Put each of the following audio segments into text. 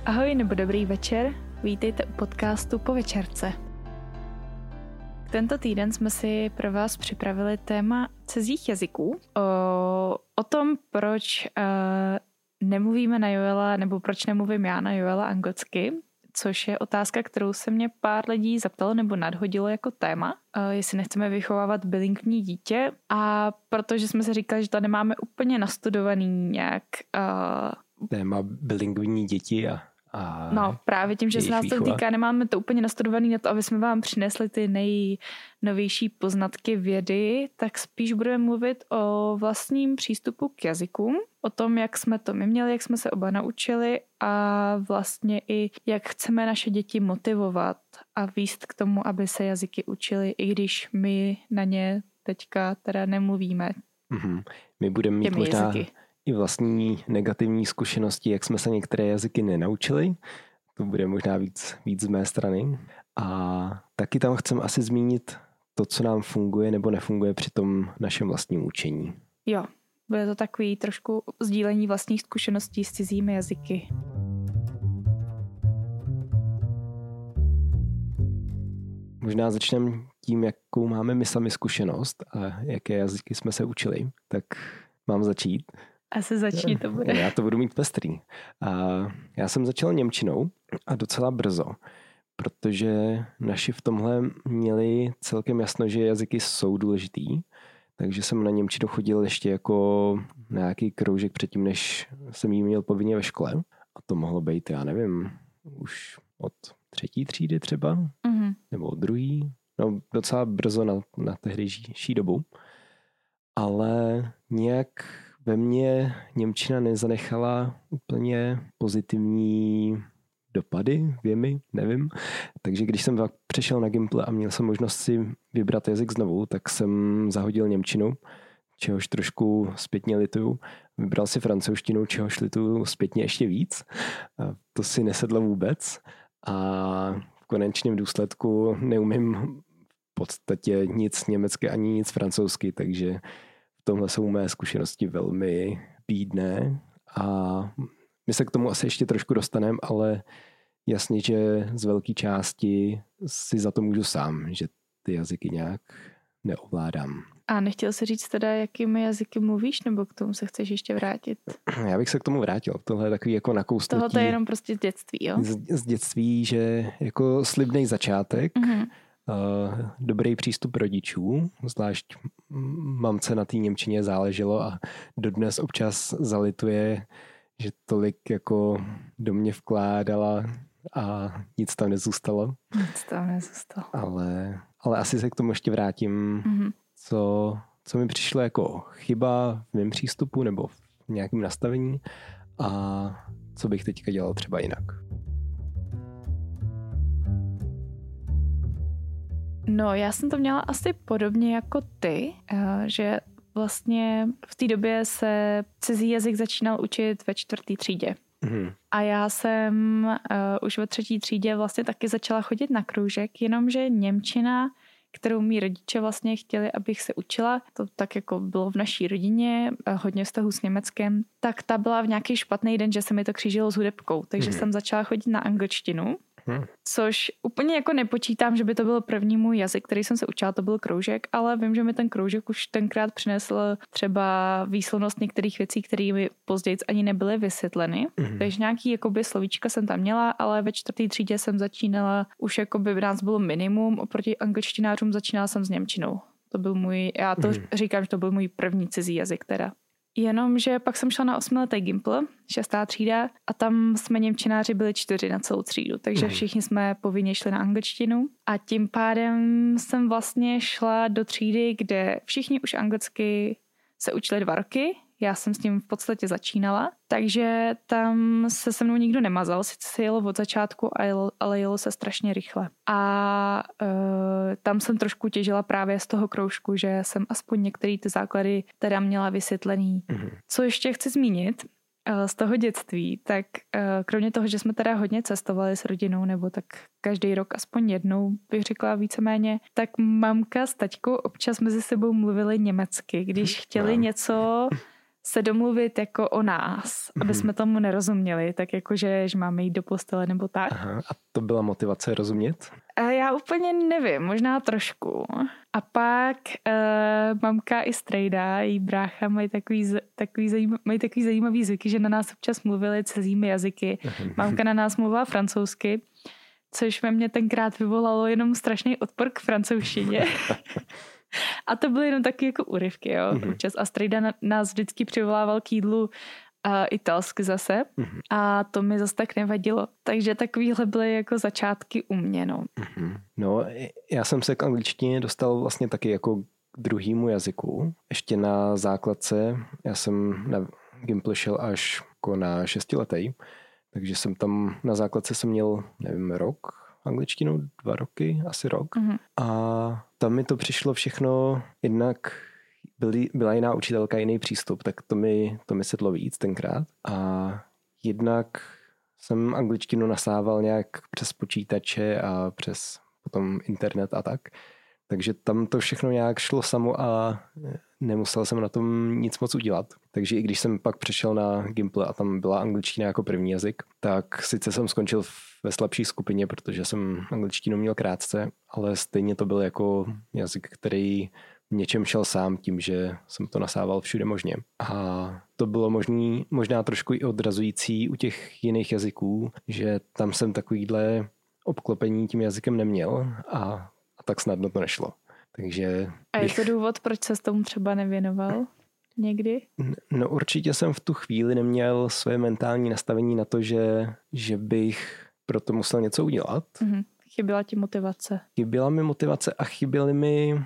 Ahoj nebo dobrý večer, vítejte u podcastu Po večerce. Tento týden jsme si pro vás připravili téma cizích jazyků, o tom, proč nemluvíme na Joela, nebo proč nemluvím já na Joela anglicky, což je otázka, kterou se mě pár lidí zaptalo nebo nadhodilo jako téma, jestli nechceme vychovávat bilingvní dítě, a protože jsme si říkali, že to nemáme úplně nastudovaný nějak... Téma bilingvní děti a no právě tím, že se nás to týká, nemáme to úplně nastudovaný na to, aby jsme vám přinesli ty nejnovější poznatky vědy, tak spíš budeme mluvit o vlastním přístupu k jazykům, o tom, jak jsme to my měli, jak jsme se oba naučili a vlastně i jak chceme naše děti motivovat a vést k tomu, aby se jazyky učili, i když my na ně teďka teda nemluvíme. Mm-hmm. My budeme mít možná jazyky i vlastní negativní zkušenosti, jak jsme se některé jazyky nenaučili. To bude možná víc z mé strany. A taky tam chcem asi zmínit to, co nám funguje nebo nefunguje při tom našem vlastním učení. Jo, bude to takový trošku sdílení vlastních zkušeností s cizími jazyky. Možná začneme tím, jakou máme my sami zkušenost a jaké jazyky jsme se učili. Tak mám začít. Asi začni, to bude. Já to budu mít pestrý. Já jsem začal němčinou a docela brzo, protože naši v tomhle měli celkem jasno, že jazyky jsou důležitý, takže jsem na němčinu chodil ještě jako na nějaký kroužek předtím, než jsem jí měl povinně ve škole. A to mohlo být, já nevím, už od 3. třídy třeba, nebo od 2. No docela brzo na tehdejší dobu. Ale nějak ve mně němčina nezanechala úplně pozitivní dopady, věmy, nevím. Takže když jsem přešel na Gimple a měl jsem možnost si vybrat jazyk znovu, tak jsem zahodil němčinu, čehož trošku zpětně lituju. Vybral si francouzštinu, čehož lituju zpětně ještě víc. A to si nesedlo vůbec. A v konečném důsledku neumím v podstatě nic německy ani nic francouzsky, takže v tomhle jsou mé zkušenosti velmi bídné a my se k tomu asi ještě trošku dostaneme, ale jasně, že z velké části si za to můžu sám, že ty jazyky nějak neovládám. A nechtěl jsi říct teda, jakými jazyky mluvíš, nebo k tomu se chceš ještě vrátit? Já bych se k tomu vrátil. Tohle je takový jako nakousnutí. Tohle je jenom prostě z dětství, jo? Z dětství, že jako slibnej začátek, dobrý přístup rodičů, zvlášť mamce na té němčině záleželo a dodnes občas zalituje, že tolik jako do mě vkládala a nic tam nezůstalo. Nic tam nezůstalo. Ale asi se k tomu ještě vrátím, co mi přišlo jako chyba v mém přístupu nebo v nějakém nastavení a co bych teďka dělal třeba jinak. No, já jsem to měla asi podobně jako ty, že vlastně v té době se cizí jazyk začínal učit ve 4. třídě. A já jsem už ve 3. třídě vlastně taky začala chodit na kroužek, jenomže němčina, kterou mý rodiče vlastně chtěli, abych se učila, to tak jako bylo v naší rodině, hodně vztahu s Německem, tak ta byla v nějaký špatný den, že se mi to křížilo s hudebkou, takže jsem začala chodit na angličtinu, což úplně jako nepočítám, že by to byl první můj jazyk, který jsem se učila, to byl kroužek, ale vím, že mi ten kroužek už tenkrát přinesl třeba výslovnost některých věcí, které mi později ani nebyly vysvětleny. Takže nějaký jakoby slovíčka jsem tam měla, ale ve 4. třídě jsem začínala, už jakoby v nás bylo minimum, oproti angličtinářům začínala jsem s němčinou. To byl můj, já to říkám, že to byl můj první cizí jazyk teda. Jenomže pak jsem šla na 8letý Gimple, 6. třída, a tam jsme němčináři byli 4 na celou třídu, takže všichni jsme povinně šli na angličtinu a tím pádem jsem vlastně šla do třídy, kde všichni už anglicky se učili 2 roky, já jsem s tím v podstatě začínala, takže tam se mnou nikdo nemazal, sice se jelo od začátku, ale jelo se strašně rychle. A tam jsem trošku těžila právě z toho kroužku, že jsem aspoň některé ty základy teda měla vysvětlený. Co ještě chci zmínit z toho dětství, tak kromě toho, že jsme teda hodně cestovali s rodinou, nebo tak každý rok aspoň jednou, bych řekla víceméně, tak mamka s taťkou občas mezi sebou mluvili německy, když chtěli něco se domluvit jako o nás, aby jsme tomu nerozuměli, tak jakože, že máme jít do postele nebo tak. Aha, a to byla motivace rozumět? Já úplně nevím, možná trošku. A pak mamka i strejda, její brácha mají takový zajímavý zvyky, že na nás občas mluvili cizími jazyky. Mamka na nás mluvila francouzsky, což ve mně tenkrát vyvolalo jenom strašný odpor k francouzštině. A to byly jenom taky jako úryvky, jo, občas. A strejda nás vždycky přivolával k jídlu italsky zase a to mi zase tak nevadilo. Takže takovýhle byly jako začátky u mě, no. No, já jsem se k angličtině dostal vlastně taky jako k druhému jazyku. Ještě na základce, já jsem na Gimply šel až jako na 6letý, takže jsem tam na základce jsem měl, nevím, rok angličtinu, 2 roky, asi rok. A tam mi to přišlo všechno, jednak byla jiná učitelka, jiný přístup, tak to mi sedlo víc tenkrát. A jednak jsem angličtinu nasával nějak přes počítače a přes potom internet a tak. Takže tam to všechno nějak šlo samo a nemusel jsem na tom nic moc udělat. Takže i když jsem pak přešel na Gimply a tam byla angličtina jako první jazyk, tak sice jsem skončil ve slabší skupině, protože jsem angličtinu měl krátce, ale stejně to byl jako jazyk, který v něčem šel sám tím, že jsem to nasával všude možně. A to bylo možná trošku i odrazující u těch jiných jazyků, že tam jsem takovýhle obklopení tím jazykem neměl a tak snadno to nešlo. Takže a je to důvod, proč se s tomu třeba nevěnoval někdy? No určitě jsem v tu chvíli neměl své mentální nastavení na to, že bych proto musel něco udělat. Chyběla ti motivace? Chyběla mi motivace a chyběly mi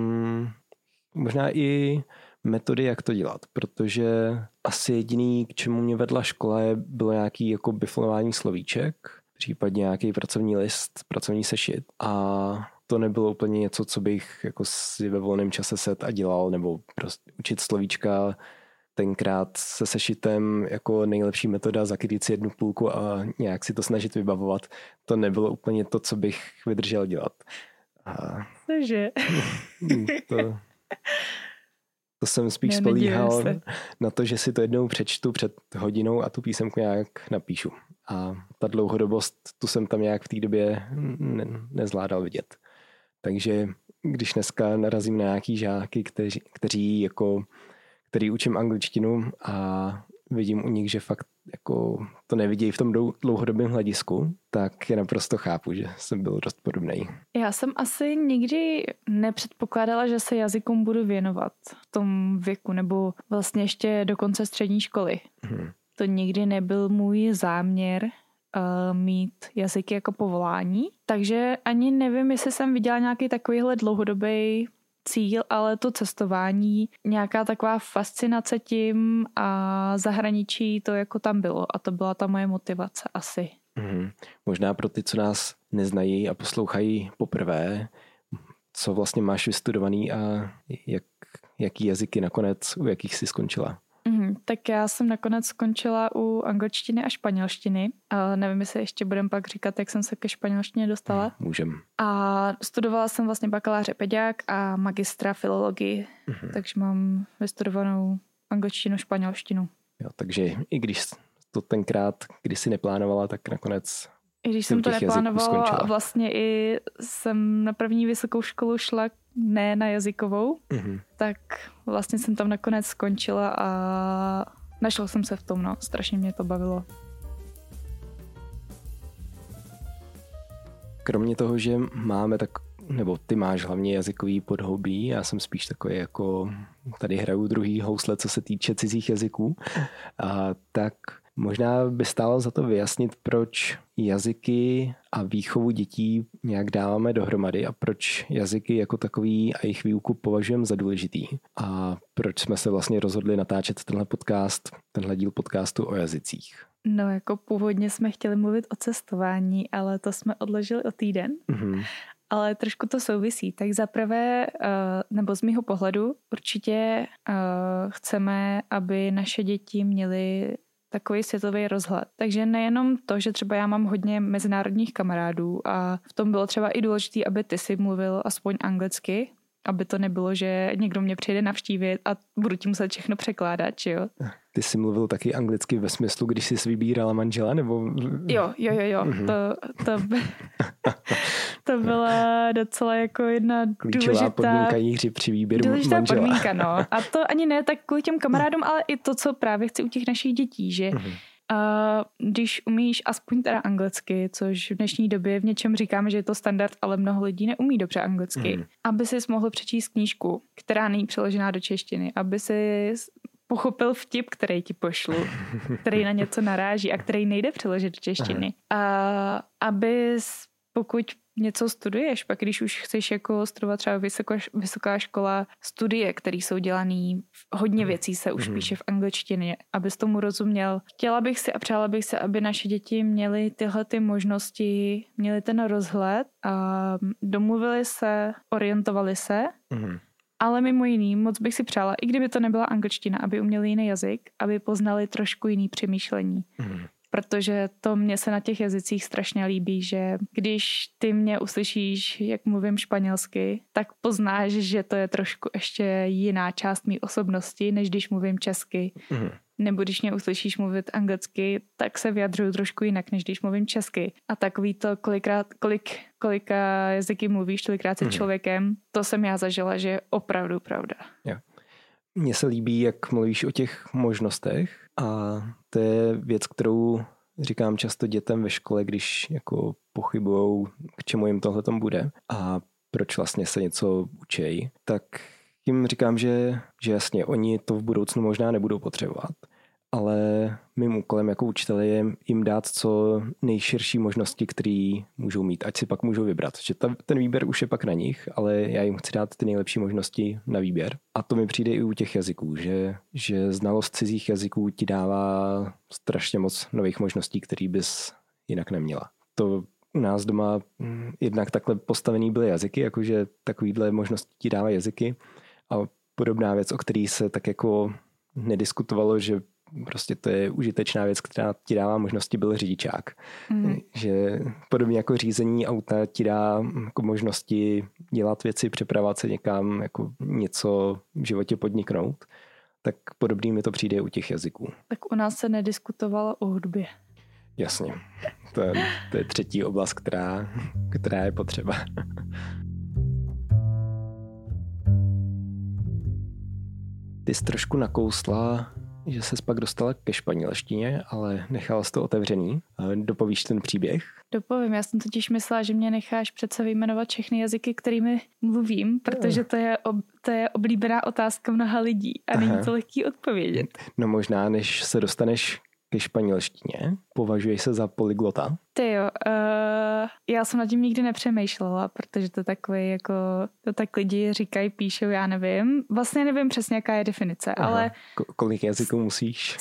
možná i metody, jak to dělat, protože asi jediný, k čemu mě vedla škola, bylo nějaký jako biflování slovíček, případně nějaký pracovní list, pracovní sešit a to nebylo úplně něco, co bych jako si ve volném čase set a dělal, nebo prostě učit slovíčka tenkrát se sešitem jako nejlepší metoda zakytit si jednu půlku a nějak si to snažit vybavovat. To nebylo úplně to, co bych vydržel dělat. Cože? To jsem spíš spolíhal na to, že si to jednou přečtu před hodinou a tu písemku nějak napíšu. A ta dlouhodobost, tu jsem tam nějak v té době nezvládal vidět. Takže když dneska narazím na nějaký žáky, který učím angličtinu a vidím u nich, že fakt jako to nevidějí v tom dlouhodobém hledisku, tak je naprosto chápu, že jsem byl dost podobný. Já jsem asi nikdy nepředpokládala, že se jazykům budu věnovat v tom věku, nebo vlastně ještě do konce střední školy. To nikdy nebyl můj záměr mít jazyky jako povolání, takže ani nevím, jestli jsem viděla nějaký takovýhle dlouhodobý cíl, ale to cestování, nějaká taková fascinace tím a zahraničí, to jako tam bylo a to byla ta moje motivace asi. Možná pro ty, co nás neznají a poslouchají poprvé, co vlastně máš vystudovaný a jaký jazyky nakonec, u jakých jsi skončila? Tak já jsem nakonec skončila u angličtiny a španělštiny. Nevím, jestli ještě budem pak říkat, jak jsem se ke španělštině dostala. Můžem. A studovala jsem vlastně bakaláře pediák a magistra filologii. Takže mám vystudovanou angličtinu, španělštinu. Jo, takže i když to tenkrát, když jsi neplánovala, tak nakonec i když jsem to neplánovala a vlastně i jsem na první vysokou školu šla ne na jazykovou, tak vlastně jsem tam nakonec skončila a našla jsem se v tom, no. Strašně mě to bavilo. Kromě toho, že máme nebo ty máš hlavně jazykový podhoubí, já jsem spíš takový jako, tady hraju druhý housle, co se týče cizích jazyků, tak možná by stálo za to vyjasnit, proč jazyky a výchovu dětí nějak dáváme dohromady a proč jazyky jako takový a jejich výuku považujeme za důležitý. A proč jsme se vlastně rozhodli natáčet tenhle díl podcastu o jazycích. No jako původně jsme chtěli mluvit o cestování, ale to jsme odložili o týden. Ale trošku to souvisí. Tak zaprvé, nebo z mýho pohledu, určitě chceme, aby naše děti měly takový světový rozhled. Takže nejenom to, že třeba já mám hodně mezinárodních kamarádů a v tom bylo třeba i důležité, aby ty si mluvil aspoň anglicky, aby to nebylo, že někdo mě přijde navštívit a budu ti muset všechno překládat, že jo. Ty jsi mluvil taky anglicky ve smyslu, když jsi vybírala manžela, nebo? Jo. Mm-hmm. To byla docela jako jedna klíčová podmínka Jiří při výběru důležitá manžela. Podmínka, no. A to ani ne tak kvůli těm kamarádům, ale i to, co právě chci u těch našich dětí, že když umíš aspoň teda anglicky, což v dnešní době v něčem říkáme, že je to standard, ale mnoho lidí neumí dobře anglicky, aby si mohl přečíst knížku, která není přeložená do češtiny, aby si pochopil vtip, který ti pošlu, který na něco naráží a který nejde přeložit do češtiny. A abys, pokud něco studuješ, pak když už chceš jako studovat třeba vysoká škola, studie, které jsou dělaný, hodně věcí se už píše v angličtině, abys tomu rozuměl. Chtěla bych si a přála bych si, aby naše děti měly tyhle ty možnosti, měly ten rozhled a domluvili se, orientovali se, ale mimo jiný moc bych si přála, i kdyby to nebyla angličtina, aby uměli jiný jazyk, aby poznali trošku jiný přemýšlení. Protože to mně se na těch jazycích strašně líbí, že když ty mě uslyšíš, jak mluvím španělsky, tak poznáš, že to je trošku ještě jiná část mý osobnosti, než když mluvím česky. Nebo když mě uslyšíš mluvit anglicky, tak se vyjadřuju trošku jinak, než když mluvím česky. A takový to, kolika jazyky mluvíš, tolikrát se člověkem, to jsem já zažila, že je opravdu pravda. Jo. Mně se líbí, jak mluvíš o těch možnostech a to je věc, kterou říkám často dětem ve škole, když jako pochybujou, k čemu jim tohletom bude a proč vlastně se něco učí, tak jim říkám, že jasně, oni to v budoucnu možná nebudou potřebovat, ale mým úkolem jako učiteli je jim dát co nejširší možnosti, které můžou mít, ať si pak můžou vybrat. Že ten výběr už je pak na nich, ale já jim chci dát ty nejlepší možnosti na výběr. A to mi přijde i u těch jazyků, že znalost cizích jazyků ti dává strašně moc nových možností, které bys jinak neměla. To u nás doma jednak takhle postavený byly jazyky, jakože takovýhle možnosti ti dává jazyky. A podobná věc, o který se tak jako nediskutovalo, že prostě to je užitečná věc, která ti dává možnosti, byl řidičák. Že podobně jako řízení auta ti dá jako možnosti dělat věci, přepravovat se někam, jako něco v životě podniknout, tak podobný mi to přijde u těch jazyků. Tak u nás se nediskutovalo o hudbě. Jasně. To je třetí oblast, která je potřeba. Ty jsi trošku nakousla, že ses pak dostala ke španělštině, ale nechala jsi to otevřený. Dopovíš ten příběh? Dopovím, já jsem totiž myslela, že mě necháš přece vyjmenovat všechny jazyky, kterými mluvím, protože to je oblíbená otázka mnoha lidí a není to lehký odpovědět. No možná, než se dostaneš ke španělštině, považuješ se za polyglota? Tyjo, já jsem nad tím nikdy nepřemýšlela, protože to takový jako, to tak lidi říkají, píšou, já nevím. Vlastně nevím přesně, jaká je definice, ale... Kolik jazyků musíš?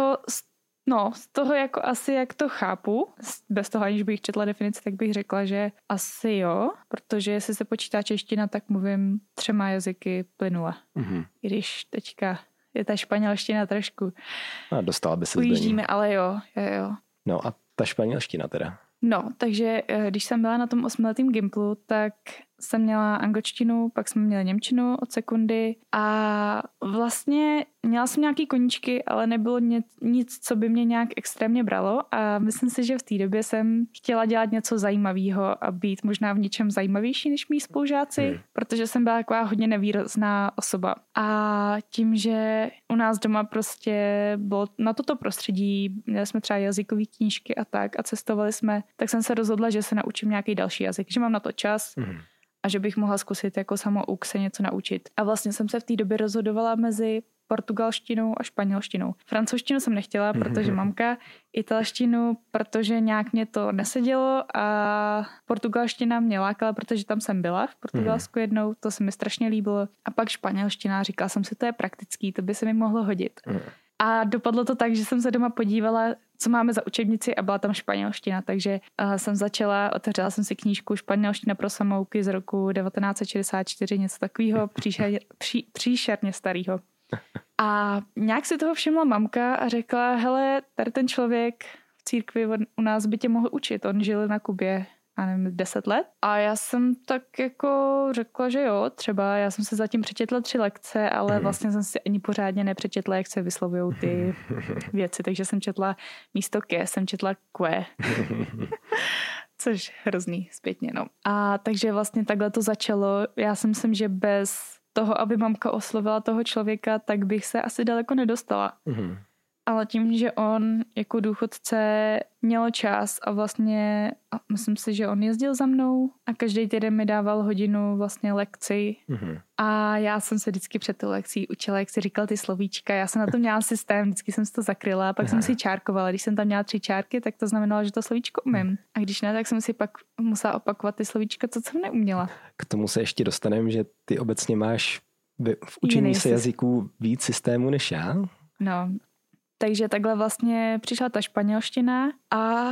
Z toho jako asi jak to chápu, bez toho, aniž bych četla definici, tak bych řekla, že asi jo, protože jestli se počítá čeština, tak mluvím 3 jazyky plynule. I když teďka je ta španělština trošku. A dostala by se ujíždíme, ale jo. No a ta španělština teda? No, takže když jsem byla na tom 8letém gimplu, tak jsem měla angličtinu, pak jsme měli němčinu od sekundy a vlastně měla jsem nějaký koníčky, ale nebylo nic, co by mě nějak extrémně bralo a myslím si, že v té době jsem chtěla dělat něco zajímavého a být možná v něčem zajímavější než mý spolužáci, protože jsem byla taková hodně nevýrazná osoba. A tím, že u nás doma prostě bylo na toto prostředí, měli jsme třeba jazykové knížky a tak a cestovali jsme, tak jsem se rozhodla, že se naučím nějaký další jazyk, že mám na to čas. A že bych mohla zkusit jako samouk se něco naučit. A vlastně jsem se v té době rozhodovala mezi portugalštinou a španělštinou. Francouzštinu jsem nechtěla, protože mamka, italštinu, protože nějak mě to nesedělo a portugalština mě lákala, protože tam jsem byla v Portugalsku jednou, to se mi strašně líbilo. A pak španělština, říkala jsem si, to je praktický, to by se mi mohlo hodit. A dopadlo to tak, že jsem se doma podívala, co máme za učebnici a byla tam španělština, takže jsem otevřela jsem si knížku Španělština pro samouky z roku 1964, něco takového příšerně starého. A nějak si toho všimla mamka a řekla, hele, tady ten člověk v církvi u nás by tě mohl učit, on žil na Kubě já nevím, 10 let. A já jsem tak jako řekla, že jo, třeba já jsem se zatím přečetla 3 lekce, ale vlastně jsem si ani pořádně nepřečetla, jak se vyslovujou ty věci, takže jsem četla místo ke, jsem četla que. Což hrozný zpětně, no. A takže vlastně takhle to začalo. Já si myslím, že bez toho, aby mamka oslovila toho člověka, tak bych se asi daleko nedostala. Ale tím, že on jako důchodce měl čas a vlastně a myslím si, že on jezdil za mnou a každý týden mi dával hodinu vlastně lekci a já jsem se vždycky před tou lekcí učila, jak si říkal ty slovíčka. Já jsem na to měla systém, vždycky jsem si to zakryla a pak jsem si čárkovala. Když jsem tam měla 3 čárky, tak to znamenalo, že to slovíčko umím. A když ne, tak jsem si pak musela opakovat ty slovíčka, co jsem neuměla. K tomu se ještě dostaneme, že ty obecně máš v učení se jazyků víc systému než já. No, takže takhle vlastně přišla ta španělština a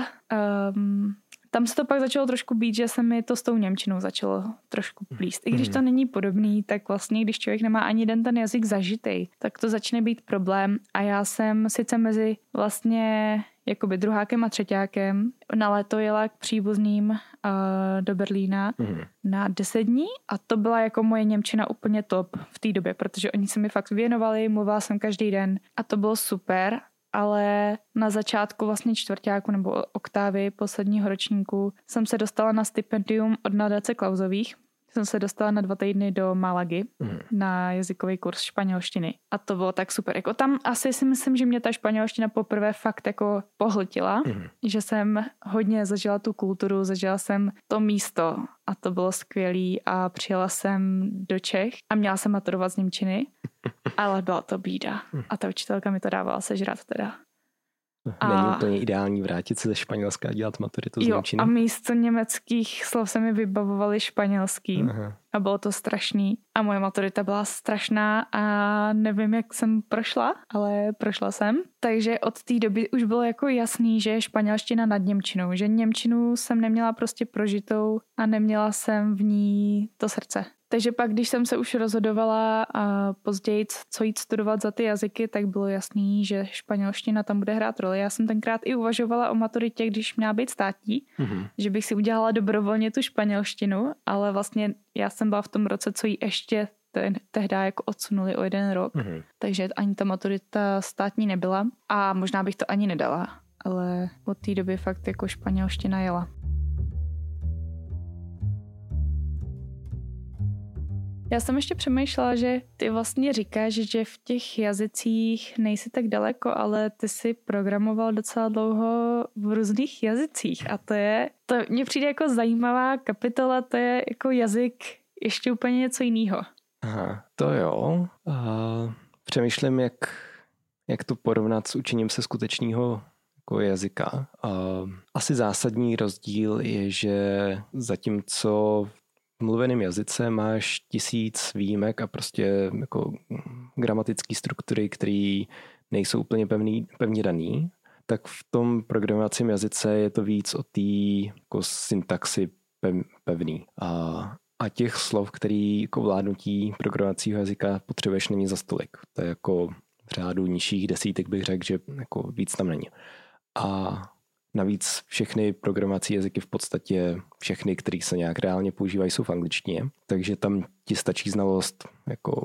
tam se to pak začalo trošku být, že se mi to s tou němčinou začalo trošku plíst. I když to není podobný, tak vlastně, když člověk nemá ani jeden ten jazyk zažitej, tak to začne být problém. A já jsem sice mezi vlastně jakoby druhákem a třeťákem na léto jela k příbuzným do Berlína na 10 dní a to byla jako moje němčina úplně top v té době, protože oni se mi fakt věnovali, mluvila jsem každý den a to bylo super, ale na začátku vlastně čtvrťáku nebo oktávy posledního ročníku jsem se dostala na stipendium od nadace Klausových. Jsem se dostala na 2 týdny do Malagy na jazykový kurz španělštiny. A to bylo tak super. Jako tam asi si myslím, že mě ta španělština poprvé fakt jako pohltila. Že jsem hodně zažila tu kulturu, zažila jsem to místo a to bylo skvělý a přijela jsem do Čech a měla jsem maturovat z němčiny, ale byla to bída. A ta učitelka mi to dávala sežrat teda. Není úplně ideální vrátit se ze Španělska a dělat maturitu z němčiny. A místo německých slov se mi vybavovaly španělský. A bylo to strašný. A moje maturita byla strašná a nevím, jak jsem prošla, ale prošla jsem. Takže od té doby už bylo jako jasný, že je španělština nad němčinou. Že němčinu jsem neměla prostě prožitou a neměla jsem v ní to srdce. Takže pak, když jsem se už rozhodovala a později, co jít studovat za ty jazyky, tak bylo jasný, že španělština tam bude hrát roli. Já jsem tenkrát i uvažovala o maturitě, když měla být státní, že bych si udělala dobrovolně tu španělštinu, ale vlastně já jsem byla v tom roce, co ji ještě tehdy jako odsunuli o 1 rok, takže ani ta maturita státní nebyla a možná bych to ani nedala, ale od té doby fakt jako španělština jela. Já jsem ještě přemýšlela, že ty vlastně říkáš, že v těch jazycích nejsi tak daleko, ale ty jsi programoval docela dlouho v různých jazycích a to mně přijde jako zajímavá kapitola, to je jako jazyk ještě úplně něco jiného. Aha, to jo. Přemýšlím, jak to porovnat s učením se skutečného jako jazyka. Asi zásadní rozdíl je, že zatímco v mluveném jazyce máš 1000 výjimek a prostě jako gramatické struktury, které nejsou úplně pevně daný, tak v tom programovacím jazyce je to víc o té jako syntaxi pevný. A těch slov, který jako vládnutí programovacího jazyka potřebuješ, není za stolik. To je jako v řádu nižších desítek bych řekl, že jako víc tam není. A navíc všechny programovací jazyky v podstatě všechny, které se nějak reálně používají, jsou v angličtině, takže tam ti stačí znalost jako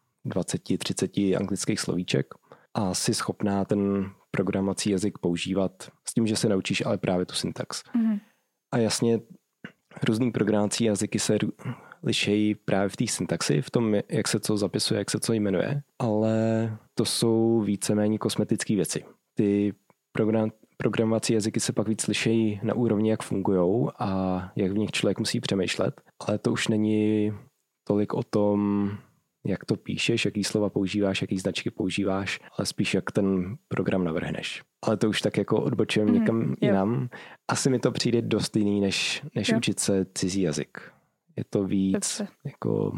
20-30 anglických slovíček a jsi schopná ten programovací jazyk používat s tím, že se naučíš ale právě tu syntax. A jasně, různý programovací jazyky se lišejí právě v té syntaxi, v tom, jak se co zapisuje, jak se co jmenuje, ale to jsou víceméně kosmetické věci. Ty programovací jazyky se pak víc lišejí na úrovni, jak fungujou a jak v nich člověk musí přemýšlet, ale to už není tolik o tom, jak to píšeš, jaký slova používáš, jaký značky používáš, ale spíš jak ten program navrhneš. Ale to už tak jako odbočujeme někam jinam. Asi mi to přijde dost jiný, než učit se cizí jazyk. Je to víc jako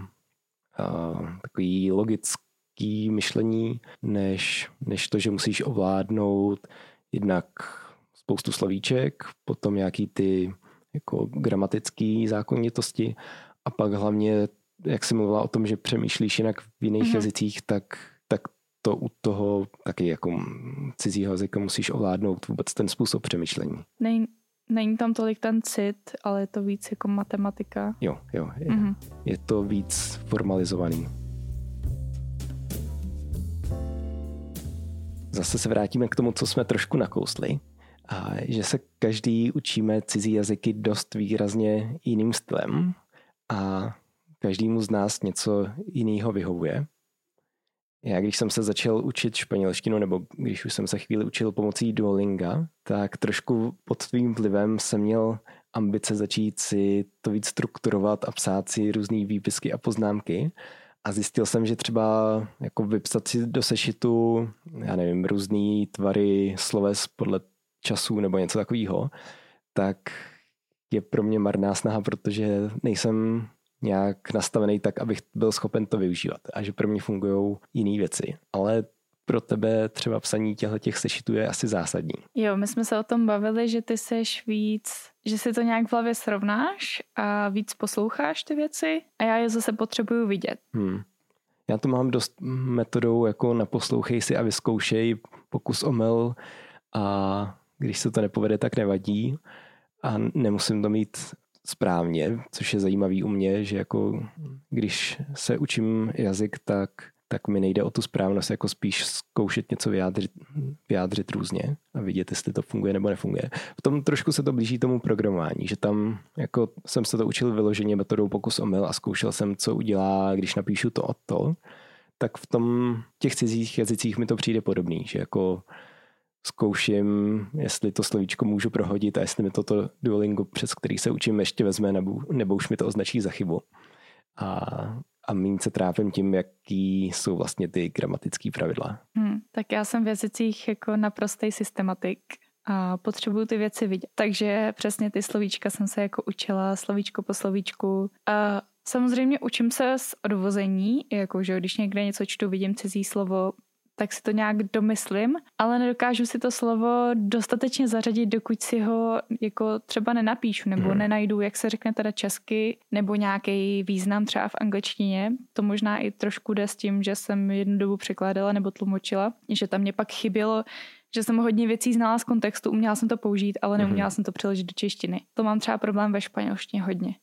takový logický myšlení, než to, že musíš ovládnout jednak spoustu slovíček, potom nějaký ty jako gramatické zákonitosti a pak hlavně, jak jsi mluvila o tom, že přemýšlíš jinak v jiných jazycích, tak to u toho taky jako cizího jazyka musíš ovládnout vůbec ten způsob přemýšlení. Není tam tolik ten cit, ale je to víc jako matematika. Jo. Je to víc formalizovaný. Zase se vrátíme k tomu, co jsme trošku nakousli. A že se každý učíme cizí jazyky dost výrazně jiným stylem a každému z nás něco jiného vyhovuje. Já když jsem se začal učit španělštinu, nebo když už jsem se chvíli učil pomocí Duolinga, tak trošku pod tvým vlivem jsem měl ambice začít si to víc strukturovat a psát si různý výpisky a poznámky. A zjistil jsem, že třeba jako vypsat si do sešitu, já nevím, různý tvary sloves podle časů nebo něco takového, tak je pro mě marná snaha, protože nejsem nějak nastavený tak, abych byl schopen to využívat a že pro mě fungují jiné věci. Ale pro tebe třeba psaní těch sešitů je asi zásadní. Jo, my jsme se o tom bavili, že ty seš víc, že si to nějak v hlavě srovnáš a víc posloucháš ty věci a já je zase potřebuju vidět. Já to mám dost metodou jako naposlouchej si a vyzkoušej, pokus omyl a když se to nepovede, tak nevadí a nemusím to mít správně, což je zajímavý u mě, že jako když se učím jazyk, tak mi nejde o tu správnost, jako spíš zkoušet něco vyjádřit různě a vidět, jestli to funguje nebo nefunguje. V tom trošku se to blíží tomu programování, že tam jako jsem se to učil vyloženě metodou pokus omyl a zkoušel jsem, co udělá, když napíšu to a to, tak v těch cizích jazycích mi to přijde podobný, že jako zkouším, jestli to slovíčko můžu prohodit a jestli mi toto Duolingo, přes který se učím, ještě vezme nebo už mi to označí za chybu. A méně se trápím tím, jaký jsou vlastně ty gramatické pravidla. Tak já jsem v jazycích jako naprostý systematik a potřebuju ty věci vidět. Takže přesně ty slovíčka jsem se jako učila slovíčko po slovíčku. A samozřejmě učím se z odvození, jako že když někde něco čtu, vidím cizí slovo, tak si to nějak domyslím, ale nedokážu si to slovo dostatečně zařadit, dokud si ho jako třeba nenapíšu nebo nenajdu, jak se řekne teda česky, nebo nějaký význam třeba v angličtině. To možná i trošku jde s tím, že jsem jednu dobu překládala nebo tlumočila, že tam mě pak chybělo, že jsem hodně věcí znala z kontextu, uměla jsem to použít, ale neuměla jsem to přeložit do češtiny. To mám třeba problém ve španělštině hodně.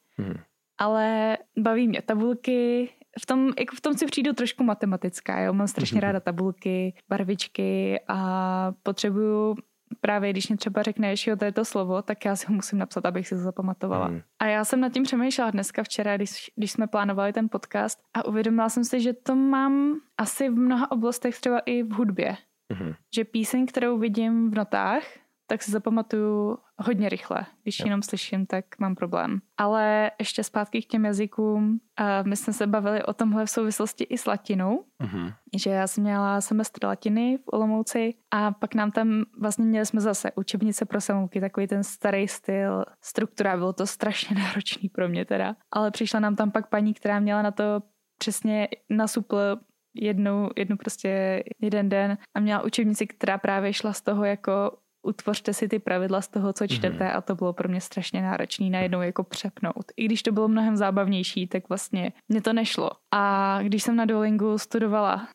Ale baví mě tabulky. V tom si přijdu trošku matematická, jo? Mám strašně ráda tabulky, barvičky a potřebuju právě, když mě třeba řekneš, jo, to je to slovo, tak já si ho musím napsat, abych si to zapamatovala. A já jsem nad tím přemýšlela dneska včera, když jsme plánovali ten podcast a uvědomila jsem si, že to mám asi v mnoha oblastech, třeba i v hudbě. Že píseň, kterou vidím v notách, tak si zapamatuju hodně rychle. Když jenom slyším, tak mám problém. Ale ještě zpátky k těm jazykům. My jsme se bavili o tomhle v souvislosti i s latinou. Že já jsem měla semestr latiny v Olomouci a pak nám tam vlastně měli jsme zase učebnice pro samouky, takový ten starý styl, struktura. Bylo to strašně náročný pro mě teda. Ale přišla nám tam pak paní, která měla na to přesně nasupl jednu prostě jeden den a měla učebnici, která právě šla z toho jako utvořte si ty pravidla z toho, co čtete a to bylo pro mě strašně náročné najednou jako přepnout. I když to bylo mnohem zábavnější, tak vlastně mě to nešlo. A když jsem na Duolingu studovala,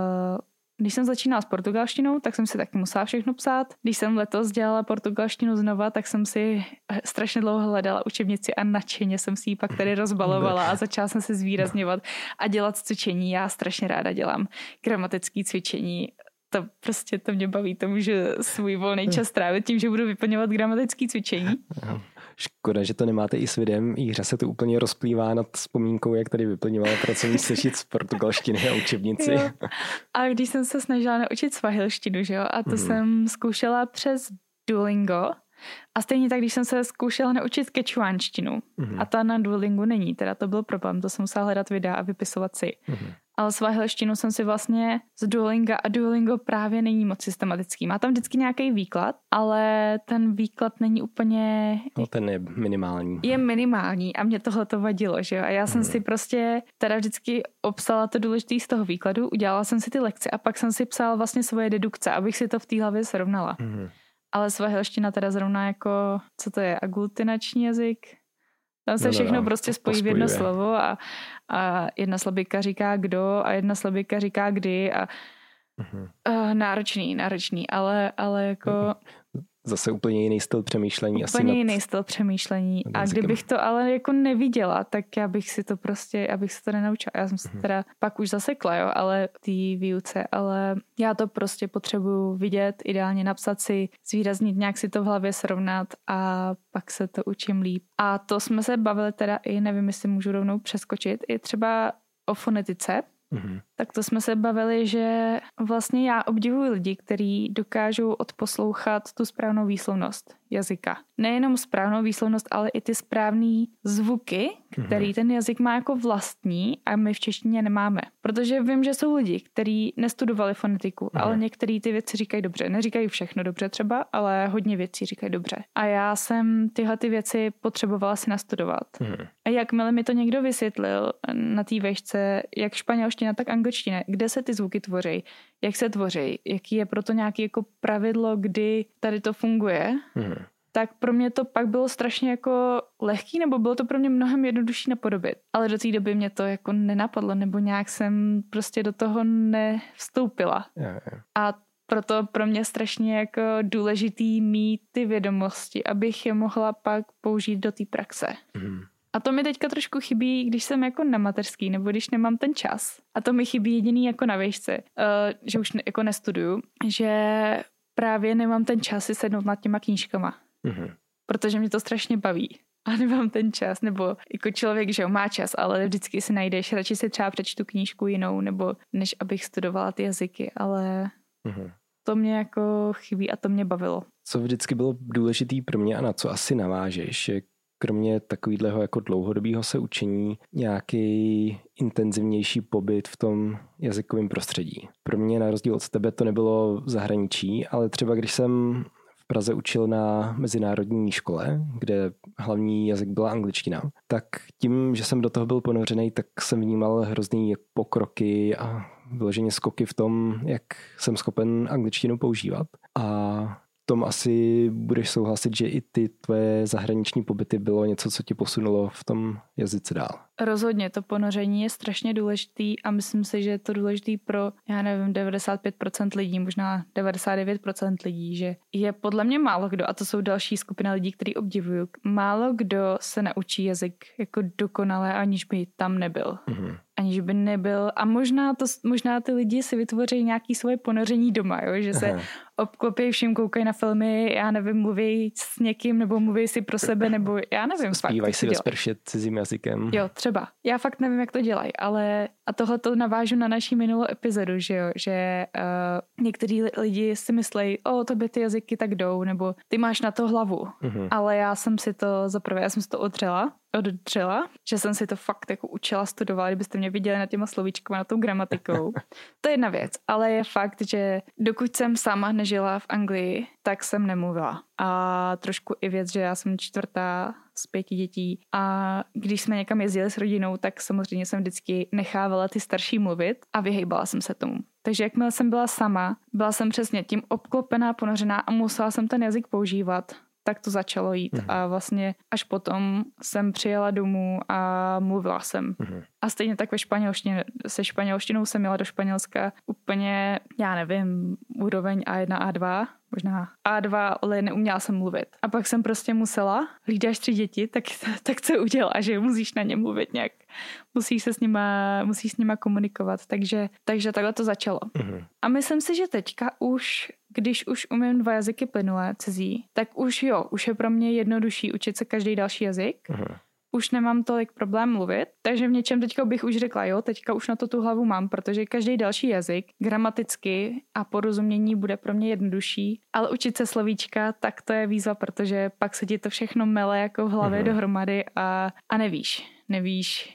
když jsem začínala s portugalštinou, tak jsem si taky musela všechno psát. Když jsem letos dělala portugalštinu znova, tak jsem si strašně dlouho hledala učebnici a nadšeně jsem si ji pak tady rozbalovala a začala jsem se zvýrazňovat a dělat cvičení. Já strašně ráda dělám gramatické cvičení. To mě baví, to můžu svůj volný čas trávit tím, že budu vyplňovat gramatické cvičení. Škoda, že to nemáte i s videem. Jiřa se tu úplně rozplývá nad vzpomínkou, jak tady vyplňovala pracovní sešit z portugalštiny a učebnici. Jo. A když jsem se snažila naučit svahilštinu, že jo, a to jsem zkoušela přes Duolingo. A stejně tak, když jsem se zkoušela naučit kečuánštinu. A ta na Duolingu není, teda to byl problém, to jsem musela hledat videa a vypisovat si. Ale svahilštinu jsem si vlastně z Duolinga a Duolingo právě není moc systematický. Má tam vždycky nějaký výklad, ale ten výklad není úplně... No, ten je minimální. Je minimální a mě tohle to vadilo, že jo. A já jsem si prostě teda vždycky obsala to důležité z toho výkladu, udělala jsem si ty lekce a pak jsem si psala vlastně svoje dedukce, abych si to v té hlavě srovnala. Ale svahilština teda zrovna jako, co to je, aglutinační jazyk? Tam se všechno prostě spojí v jedno slovo a jedna slabika říká kdo a jedna slabika říká kdy a náročný, ale jako... zase úplně jiný styl přemýšlení. Úplně jiný styl přemýšlení. A kdybych to ale jako neviděla, tak já bych si to nenaučila. Já jsem se teda pak už zasekla, jo, ale té výuce, ale já to prostě potřebuju vidět, ideálně napsat si, zvýraznit, nějak si to v hlavě srovnat a pak se to učím líp. A to jsme se bavili teda i, nevím, jestli můžu rovnou přeskočit, i třeba o fonetice. Tak to jsme se bavili, že vlastně já obdivuji lidi, kteří dokážou odposlouchat tu správnou výslovnost jazyka. Nejenom správnou výslovnost, ale i ty správné zvuky, který ten jazyk má jako vlastní a my v češtině nemáme. Protože vím, že jsou lidi, kteří nestudovali fonetiku, ale některé ty věci říkají dobře. Neříkají všechno dobře třeba, ale hodně věcí říkají dobře. A já jsem tyhle ty věci potřebovala si nastudovat. A jakmile mi to někdo vysvětlil na té vešce, jak španělština, tak angličtina, kde se ty zvuky tvoří, jak se tvoří, jaký je proto nějaký jako pravidlo, kdy tady to funguje, tak pro mě to pak bylo strašně jako lehký, nebo bylo to pro mě mnohem jednodušší napodobit. Ale do té doby mě to jako nenapadlo, nebo nějak jsem prostě do toho nevstoupila. A proto pro mě strašně jako důležitý mít ty vědomosti, abych je mohla pak použít do té praxe. A to mi teďka trošku chybí, když jsem jako na mateřský, nebo když nemám ten čas. A to mi chybí jediný jako na výšce, že už jako nestuduju, že právě nemám ten čas si sednout nad těma knížkama. Protože mě to strašně baví. A nemám ten čas, nebo jako člověk, že má čas, ale vždycky si najdeš, radši si třeba přečtu knížku jinou, nebo než abych studovala ty jazyky, ale to mě jako chybí a to mě bavilo. Co vždycky bylo důležitý pro mě a na co asi navážeš, je kromě takového jako dlouhodobého se učení nějaký intenzivnější pobyt v tom jazykovém prostředí. Pro mě na rozdíl od tebe to nebylo v zahraničí, ale třeba když jsem v Praze učil na mezinárodní škole, kde hlavní jazyk byla angličtina, tak tím, že jsem do toho byl ponořený, tak jsem vnímal hrozný pokroky a vyloženě skoky v tom, jak jsem schopen angličtinu používat. A tom asi budeš souhlasit, že i ty tvoje zahraniční pobyty bylo něco, co ti posunulo v tom jazyce dál. Rozhodně, to ponoření je strašně důležitý a myslím si, že je to důležitý pro, 95% lidí, možná 99% lidí, že je podle mě málo kdo, a to jsou další skupina lidí, který obdivuju, málo kdo se naučí jazyk jako dokonale, aniž by tam nebyl. Aniž by nebyl. A možná ty lidi si vytvoří nějaké svoje ponoření doma, jo? Že se obklopí vším, koukají na filmy, já nevím, mluví s někým, nebo mluví si pro sebe, nebo já nevím. Zpívají si ve sprše cizím jazykem. Jo, třeba. Já fakt nevím, jak to dělají, ale a tohle to navážu na naší minulou epizodu, že jo, že některý lidi si myslejí, tobě ty jazyky tak jdou, nebo ty máš na to hlavu. Ale já jsem si to oddřela, že jsem si to fakt jako učila, studovala, kdybyste mě viděli na těma slovíčkama, na tou gramatikou. To je jedna věc, ale je fakt, že dokud jsem sama nežila v Anglii, tak jsem nemluvila. A trošku i věc, že já jsem 4. z 5 dětí a když jsme někam jezdili s rodinou, tak samozřejmě jsem vždycky nechávala ty starší mluvit a vyhejbala jsem se tomu. Takže jakmile jsem byla sama, byla jsem přesně tím obklopená, ponořená a musela jsem ten jazyk používat, tak to začalo jít. A vlastně až potom jsem přijela domů a mluvila jsem. A stejně tak se španělštinou jsem jela do Španělska úplně, já nevím, úroveň A1, A2, možná A2, ale neuměla jsem mluvit. A pak jsem prostě musela, hlídáš 3 děti, tak co uděláš, že musíš na ně mluvit nějak. Musíš s nima komunikovat. Takže takhle to začalo. A myslím si, že teďka už, když už umím 2 jazyky plynulé, cizí, tak už je pro mě jednodušší učit se každý další jazyk. Už nemám tolik problém mluvit, takže v něčem teďka bych už řekla, teďka už na to tu hlavu mám, protože každý další jazyk gramaticky a porozumění bude pro mě jednodušší, ale učit se slovíčka, tak to je výzva, protože pak se ti to všechno mele jako v hlavě dohromady a nevíš,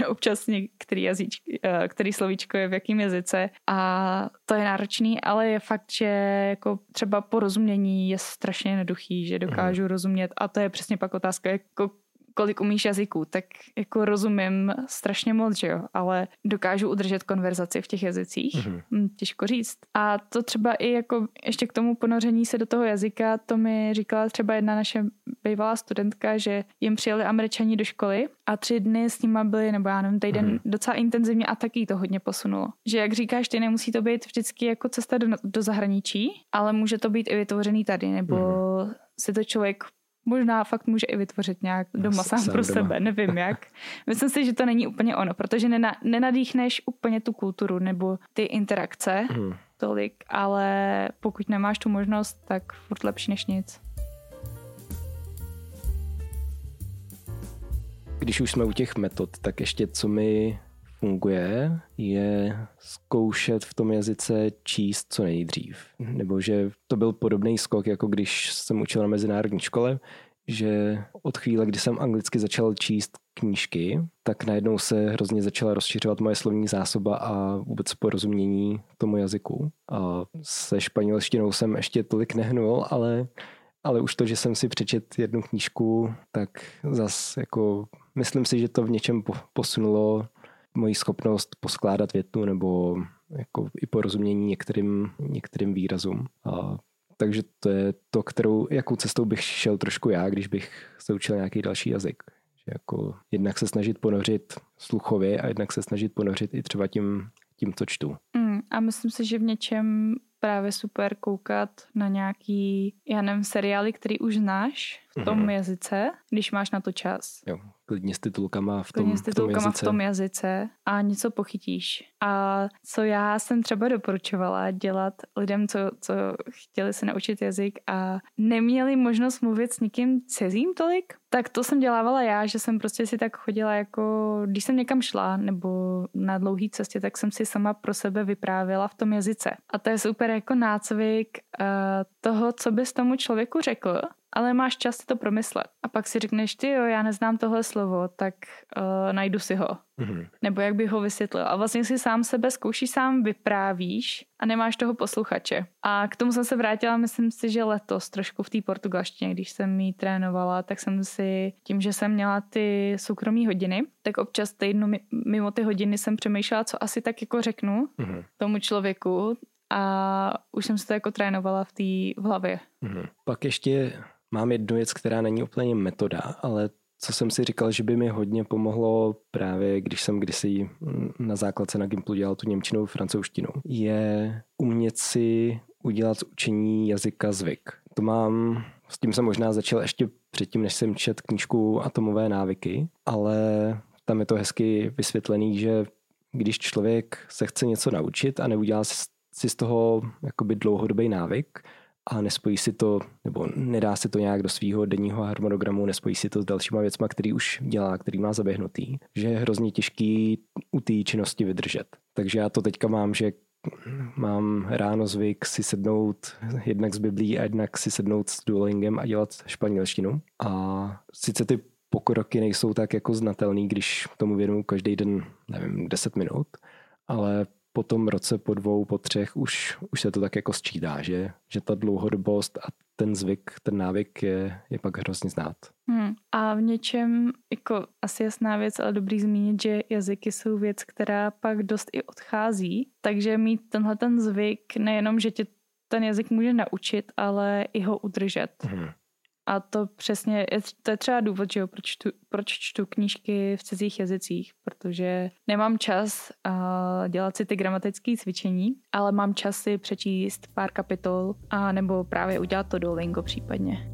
který slovíčko je v jakém jazyce a to je náročný, ale je fakt, že jako třeba porozumění je strašně jednoduchý, že dokážu rozumět a to je přesně pak otázka, jako kolik umíš jazyků, tak jako rozumím strašně moc, že jo, ale dokážu udržet konverzaci v těch jazycích. Těžko říct. A to třeba i jako ještě k tomu ponoření se do toho jazyka, to mi říkala třeba jedna naše bývalá studentka, že jim přijeli Američani do školy a 3 dny s nima byli, nebo já nevím, týden docela intenzivně a taky to hodně posunulo. Že jak říkáš, ty nemusí to být vždycky jako cesta do zahraničí, ale může to být i vytvořený tady, nebo si to člověk možná fakt může i vytvořit nějak doma sám pro sebe, nevím jak. Myslím si, že to není úplně ono, protože nenadýchneš úplně tu kulturu nebo ty interakce tolik, ale pokud nemáš tu možnost, tak furt lepší než nic. Když už jsme u těch metod, tak ještě co mi funguje, je zkoušet v tom jazyce číst co nejdřív. Nebo že to byl podobný skok, jako když jsem učil na mezinárodní škole, že od chvíle, kdy jsem anglicky začal číst knížky, tak najednou se hrozně začala rozšiřovat moje slovní zásoba a vůbec porozumění tomu jazyku. A se španělštinou jsem ještě tolik nehnul, ale už to, že jsem si přečet jednu knížku, tak zas jako myslím si, že to v něčem posunulo moji schopnost poskládat větu nebo jako i porozumění některým výrazům. Takže to je to, jakou cestou bych šel trošku já, když bych se učil nějaký další jazyk. Že jako jednak se snažit ponořit sluchově a jednak se snažit ponořit i třeba tím co čtu. A myslím si, že v něčem právě super koukat na nějaký, já nevím, seriály, který už znáš v tom jazyce, když máš na to čas. Jo, klidně s titulkama v tom jazyce a něco pochytíš. A co já jsem třeba doporučovala dělat lidem, co chtěli se naučit jazyk a neměli možnost mluvit s nikým cizím tolik, tak to jsem dělávala já, že jsem prostě si tak chodila jako, když jsem někam šla nebo na dlouhý cestě, tak jsem si sama pro sebe vyprávěla v tom jazyce. A to je super jako nácvik toho, co bys tomu člověku řekl, ale máš čas si to promyslet. A pak si řekneš, ty jo, já neznám tohle slovo, tak najdu si ho. Nebo jak bych ho vysvětlil. A vlastně si sám sebe zkoušíš, sám vyprávíš a nemáš toho posluchače. A k tomu jsem se vrátila, myslím si, že letos trošku v té portugalštině, když jsem ji trénovala, tak jsem si, tím, že jsem měla ty soukromí hodiny, tak občas týdnu mimo ty hodiny jsem přemýšlela, co asi tak jako řeknu tomu člověku a už jsem se to jako trénovala v hlavě. Pak ještě mám jednu věc, která není úplně metoda, ale co jsem si říkal, že by mi hodně pomohlo právě, když jsem kdysi na základce na Gimplu dělal tu němčinu, francouzštinu, je umět si udělat z učení jazyka zvyk. S tím jsem možná začal ještě předtím, než jsem četl knížku Atomové návyky, ale tam je to hezky vysvětlený, že když člověk se chce něco naučit a neudělá si z toho jakoby dlouhodobý návyk, a nespojí si to, nebo nedá si to nějak do svého denního harmonogramu, nespojí si to s dalšíma věcma, který už dělá, který má zaběhnutý, že je hrozně těžký u té činnosti vydržet. Takže já to teďka mám, že mám ráno zvyk si sednout jednak s Biblí a jednak si sednout s Duolingem a dělat španělštinu. A sice ty pokroky nejsou tak jako znatelný, když tomu věnuju každý den, nevím, 10 minut, ale po tom roce, po 2, po 3 už se to tak jako sčítá, že ta dlouhodobost a ten zvyk, ten návyk je pak hrozně znát. A v něčem, jako asi jasná věc, ale dobrý zmínit, že jazyky jsou věc, která pak dost i odchází, takže mít tenhle ten zvyk, nejenom, že tě ten jazyk může naučit, ale i ho udržet. A to přesně, to je třeba důvod, že proč čtu knížky v cizích jazycích, protože nemám čas dělat si ty gramatické cvičení, ale mám čas si přečíst pár kapitol a nebo právě udělat to Duolingo případně.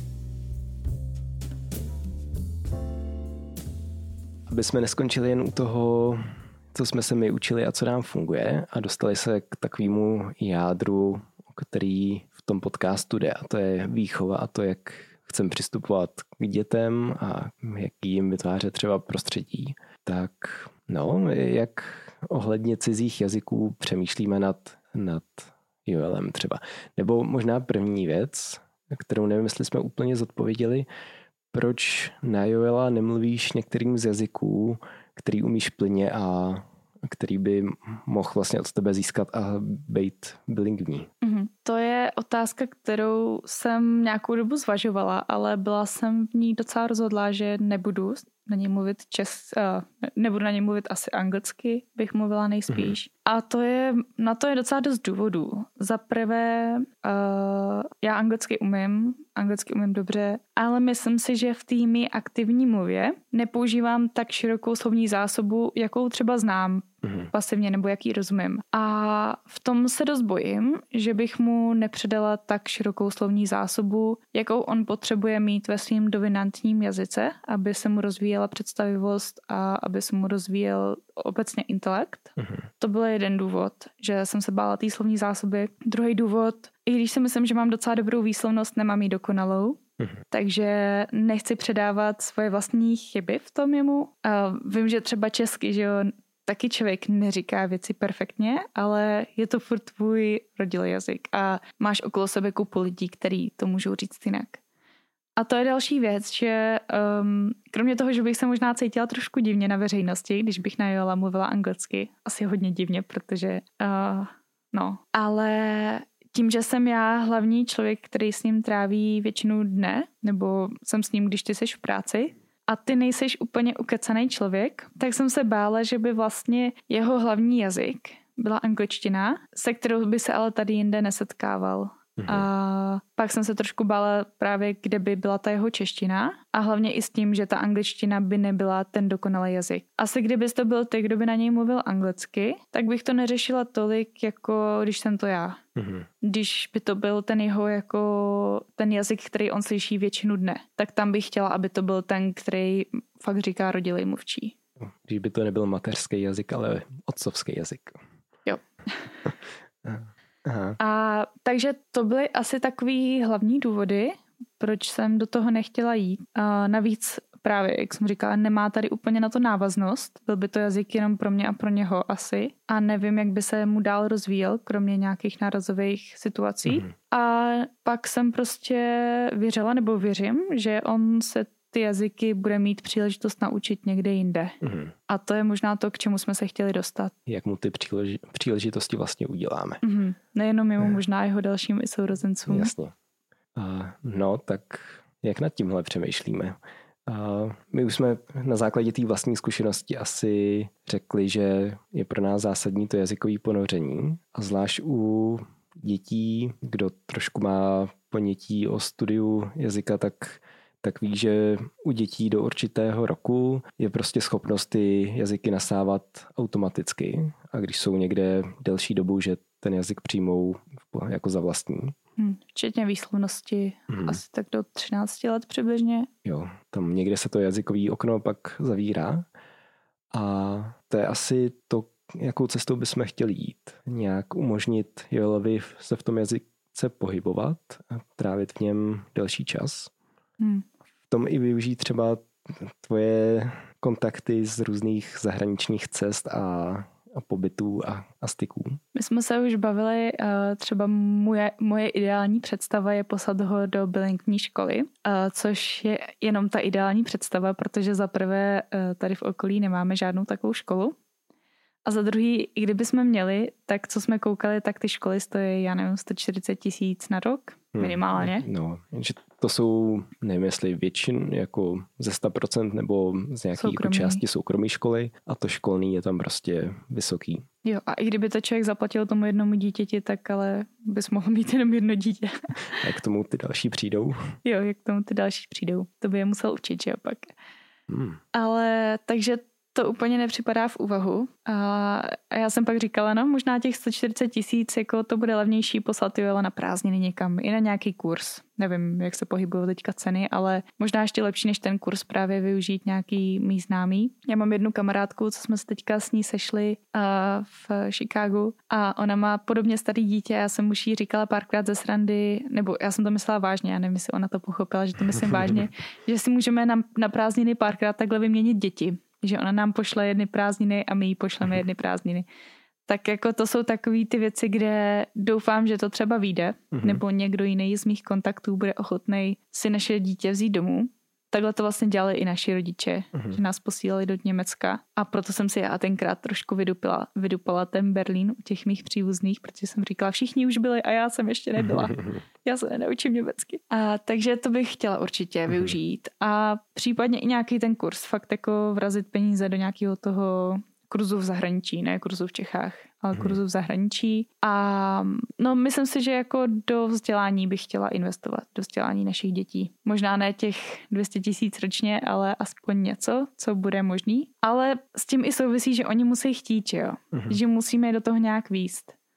Aby jsme neskončili jen u toho, co jsme se my učili a co nám funguje a dostali se k takovému jádru, který v tom podcastu jde, a to je výchova a to, jak chcem přistupovat k dětem a jak jim vytvářet třeba prostředí. Tak jak ohledně cizích jazyků přemýšlíme nad Joelem třeba. Nebo možná první věc, kterou nevím, jestli jsme úplně zodpověděli, proč na Joela nemluvíš některým z jazyků, který umíš plně a který by mohl vlastně od tebe získat a být bilingvní. To je otázka, kterou jsem nějakou dobu zvažovala, ale byla jsem v ní docela rozhodlá, že nebudu na něj mluvit nebudu na něj mluvit asi anglicky, bych mluvila nejspíš. A na to je docela dost důvodů. Za prvé, já anglicky umím dobře, ale myslím si, že v té mý aktivní mluvě nepoužívám tak širokou slovní zásobu, jakou třeba znám pasivně nebo jaký rozumím. A v tom se dost bojím, že bych mu předala tak širokou slovní zásobu, jakou on potřebuje mít ve svém dominantním jazyce, aby se mu rozvíjela představivost a aby se mu rozvíjel obecně intelekt. To byl jeden důvod, že jsem se bála té slovní zásoby. Druhý důvod, i když si myslím, že mám docela dobrou výslovnost, nemám ji dokonalou. Takže nechci předávat svoje vlastní chyby v tom jemu. A vím, že třeba česky, že jo, taky člověk neříká věci perfektně, ale je to furt tvůj rodilý jazyk a máš okolo sebe kupu lidí, který to můžou říct jinak. A to je další věc, že kromě toho, že bych se možná cítila trošku divně na veřejnosti, když bych na Joela mluvila anglicky, asi hodně divně, protože ale tím, že jsem já hlavní člověk, který s ním tráví většinu dne, nebo jsem s ním, když ty seš v práci, a ty nejseš úplně ukecaný člověk, tak jsem se bála, že by vlastně jeho hlavní jazyk byla angličtina, se kterou by se ale tady jinde nesetkával. A pak jsem se trošku bála právě, kde by byla ta jeho čeština a hlavně i s tím, že ta angličtina by nebyla ten dokonalý jazyk. Asi kdybys to byl ty, kdo by na něj mluvil anglicky, tak bych to neřešila tolik, jako když jsem to já. Když by to byl ten jeho jako ten jazyk, který on slyší většinu dne, tak tam bych chtěla, aby to byl ten, který fakt říká rodilý mluvčí. Když by to nebyl mateřský jazyk, ale otcovský jazyk. Jo. Aha. A takže to byly asi takový hlavní důvody, proč jsem do toho nechtěla jít. A navíc právě, jak jsem říkala, nemá tady úplně na to návaznost. Byl by to jazyk jenom pro mě a pro něho asi. A nevím, jak by se mu dál rozvíjel, kromě nějakých nárazových situací. A pak jsem prostě věřila, nebo věřím, že on se ty jazyky bude mít příležitost naučit někde jinde. A to je možná to, k čemu jsme se chtěli dostat. Jak mu ty příležitosti vlastně uděláme. Nejenom jemu, možná jeho dalším i sourozencům. Jasně. No, tak jak nad tímhle přemýšlíme? My už jsme na základě té vlastní zkušenosti asi řekli, že je pro nás zásadní to jazykové ponoření. A zvlášť u dětí, kdo trošku má ponětí o studiu jazyka, tak ví, že u dětí do určitého roku je prostě schopnost ty jazyky nasávat automaticky. A když jsou někde delší dobu, že ten jazyk přijmou jako za vlastní. Včetně výslovnosti, asi tak do 13 let přibližně. Jo, tam někde se to jazykové okno pak zavírá. A to je asi to, jakou cestou bychom chtěli jít. Nějak umožnit Joelovi se v tom jazyce pohybovat a trávit v něm delší čas. V tom i využít třeba tvoje kontakty z různých zahraničních cest a pobytů a styků. My jsme se už bavili, třeba moje ideální představa je poslat ho do bilingvní školy, což je jenom ta ideální představa, protože za prvé tady v okolí nemáme žádnou takovou školu. A za druhý, i kdyby jsme měli, tak co jsme koukali, tak ty školy stojí, já nevím, 140 000 na rok, minimálně. No, že to jsou, nevím, jestli jako ze 100% nebo z nějaké jako části soukromé školy a to školní je tam prostě vysoký. Jo, a i kdyby to člověk zaplatil tomu jednomu dítěti, tak ale bys mohl mít jenom jedno dítě. A jak k tomu ty další přijdou? Jo, jak k tomu ty další přijdou. To by je musel učit, že opak. Ale takže to úplně nepřipadá v úvahu. A já jsem pak říkala, no možná těch 140 000, jako to bude levnější poslat Joela na prázdniny někam, i na nějaký kurz. Nevím, jak se pohybují teďka ceny, ale možná ještě lepší než ten kurz právě využít nějaký mý známý. Já mám jednu kamarádku, co jsme se teďka s ní sešli v Chicagu a ona má podobně starý dítě. Já jsem už jí říkala párkrát ze srandy, nebo já jsem to myslela vážně, já nevím, jestli ona to pochopila, že to myslím vážně, že si můžeme na prázdniny párkrát takhle vyměnit děti. Že ona nám pošle jedny prázdniny a my jí pošleme jedny prázdniny. Tak jako to jsou takové ty věci, kde doufám, že to třeba vyjde, nebo někdo jiný z mých kontaktů bude ochotný si naše dítě vzít domů. Takhle to vlastně dělali i naši rodiče, že nás posílali do Německa a proto jsem si já tenkrát trošku vydupala ten Berlín u těch mých příbuzných, protože jsem říkala, všichni už byli a já jsem ještě nebyla. Já se nenaučím německy. A takže to bych chtěla určitě využít a případně i nějaký ten kurz, fakt jako vrazit peníze do nějakého toho kurzu v zahraničí, ne kurzu v Čechách, ale kurzu v zahraničí. A no, myslím si, že jako do vzdělání bych chtěla investovat, do vzdělání našich dětí. Možná ne těch 200 000 ročně, ale aspoň něco, co bude možný. Ale s tím i souvisí, že oni musí chtít, že jo? Že musíme je do toho nějak víst.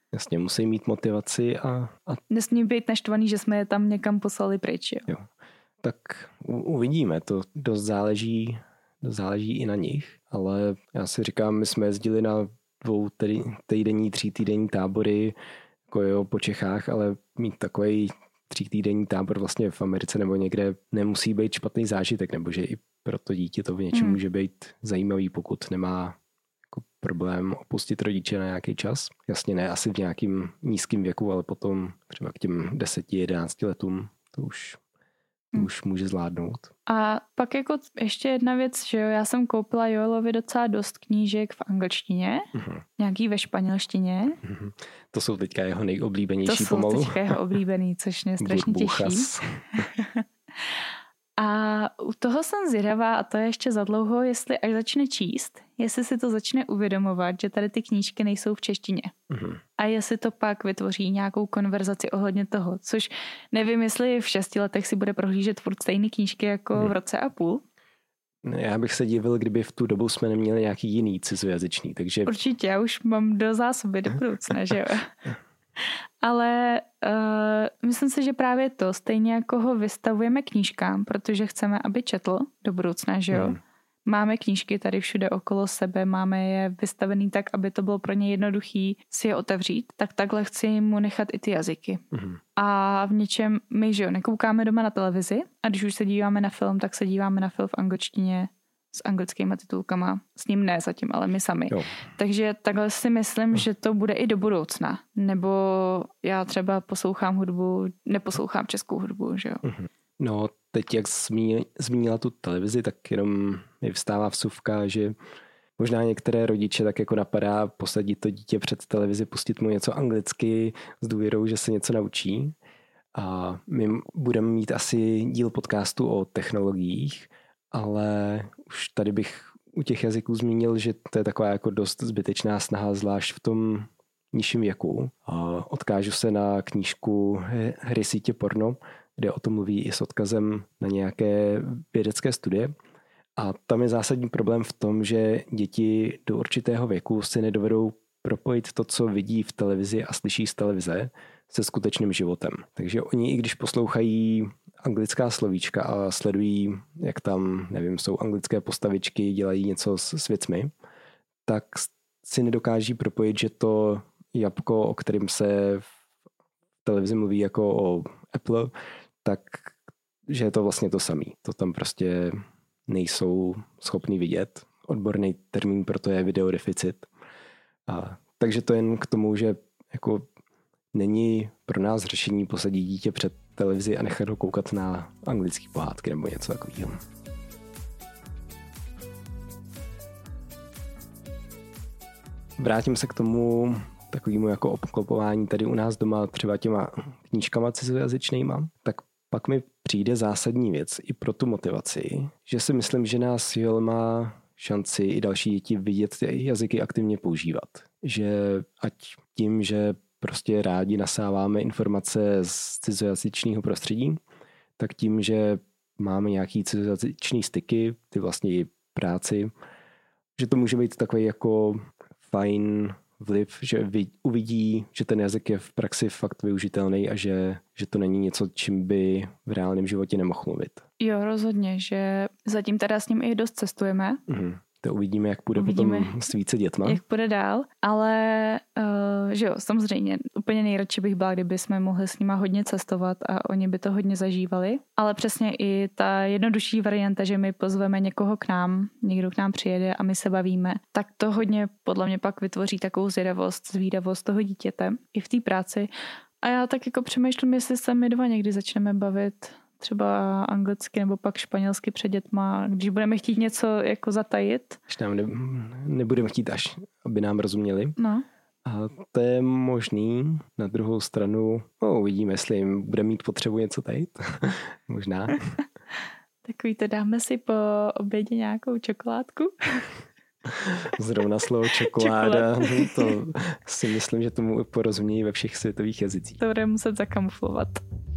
Jasně, musí mít motivaci a... Nesmí být naštvaný, že jsme je tam někam poslali pryč, jo. Tak uvidíme, to dost záleží i na nich, ale já si říkám, my jsme jezdili na 2 týdenní, 3 týdenní tábory jako po Čechách, ale mít takový 3 týdenní tábor vlastně v Americe nebo někde nemusí být špatný zážitek, nebo že i pro to dítě to v něčem může být zajímavý, pokud nemá jako problém opustit rodiče na nějaký čas. Jasně ne asi v nějakým nízkým věku, ale potom třeba k těm 10-11 letům to už může zvládnout. A pak jako ještě jedna věc, že jo, já jsem koupila Joelovi docela dost knížek v angličtině, nějaký ve španělštině. To jsou teďka jeho nejoblíbenější pomalu. To jsou teďka jeho oblíbený, což mě strašně těší. A u toho jsem zvědavá, a to je ještě za dlouho, jestli až začne číst, jestli si to začne uvědomovat, že tady ty knížky nejsou v češtině. A jestli to pak vytvoří nějakou konverzaci ohledně toho, což nevím, jestli v 6 letech si bude prohlížet furt stejné knížky jako v roce a půl. Já bych se divil, kdyby v tu dobu jsme neměli nějaký jiný cizojazyčný, takže... Určitě, já už mám do zásoby do budoucna, že jo. Ale myslím si, že právě to, stejně jako ho vystavujeme knížkám, protože chceme, aby četl do budoucna, že jo. Máme knížky tady všude okolo sebe, máme je vystavený tak, aby to bylo pro ně jednoduchý si je otevřít, tak takhle chci mu nechat i ty jazyky. A v něčem my, že jo, nekoukáme doma na televizi a když už se díváme na film, tak se díváme na film v angličtině s anglickýma titulkama. S ním ne zatím, ale my sami. Jo. Takže takhle si myslím, že to bude i do budoucna. Nebo já třeba poslouchám hudbu, neposlouchám českou hudbu, že jo. No, teď jak zmínila tu televizi, tak jenom mi vstává vsuvka, že možná některé rodiče tak jako napadá posadit to dítě před televizi, pustit mu něco anglicky s důvěrou, že se něco naučí. A my budeme mít asi díl podcastu o technologiích, ale už tady bych u těch jazyků zmínil, že to je taková jako dost zbytečná snaha, zvlášť v tom nižším věku. A odkážu se na knížku Hry sítě porno, kde o tom mluví i s odkazem na nějaké vědecké studie. A tam je zásadní problém v tom, že děti do určitého věku si nedovedou propojit to, co vidí v televizi a slyší z televize, se skutečným životem. Takže oni, i když poslouchají anglická slovíčka a sledují, jak tam, nevím, jsou anglické postavičky, dělají něco s věcmi, tak si nedokáží propojit, že to jabko, o kterém se v televizi mluví jako o Apple, tak že je to vlastně to samé. To tam prostě nejsou schopní vidět. Odborný termín pro to je videodeficit. Takže to jen k tomu, že jako není pro nás řešení posadit dítě před televizi a nechat ho koukat na anglické pohádky nebo něco takového. Vrátím se k tomu takovému jako obklopování tady u nás doma třeba těma knížkama cizojazyčnýma, tak pak mi přijde zásadní věc i pro tu motivaci, že si myslím, že nás Joel má šanci i další děti vidět ty jazyky aktivně používat. Že ať tím, že prostě rádi nasáváme informace z cizojazyčného prostředí, tak tím, že máme nějaký cizojazyčný styky, ty vlastně i práci, že to může být takový jako fajn vliv, že uvidí, že ten jazyk je v praxi fakt využitelný a že to není něco, čím by v reálném životě nemohl mluvit. Jo, rozhodně, že zatím teda s ním i dost cestujeme. To uvidíme, jak půjde potom s více dětma. Jak půjde dál, ale že jo, samozřejmě úplně nejradši bych byla, kdyby jsme mohli s nima hodně cestovat a oni by to hodně zažívali, ale přesně i ta jednodušší varianta, že my pozveme někoho k nám, někdo k nám přijede a my se bavíme, tak to hodně podle mě pak vytvoří takovou zvídavost toho dítěte i v té práci. A já tak jako přemýšlím, jestli se my dva někdy začneme bavit třeba anglicky nebo pak španělsky před dětma, když budeme chtít něco jako zatajit. Až nám nebudeme chtít až, aby nám rozuměli. No. A to je možný. Na druhou stranu uvidíme, jestli jim bude mít potřebu něco tajit. Možná. Takový to dáme si po obědě nějakou čokoládku. Zrovna slovo čokoláda, to si myslím, že tomu porozumějí ve všech světových jazycích. To bude muset zakamuflovat.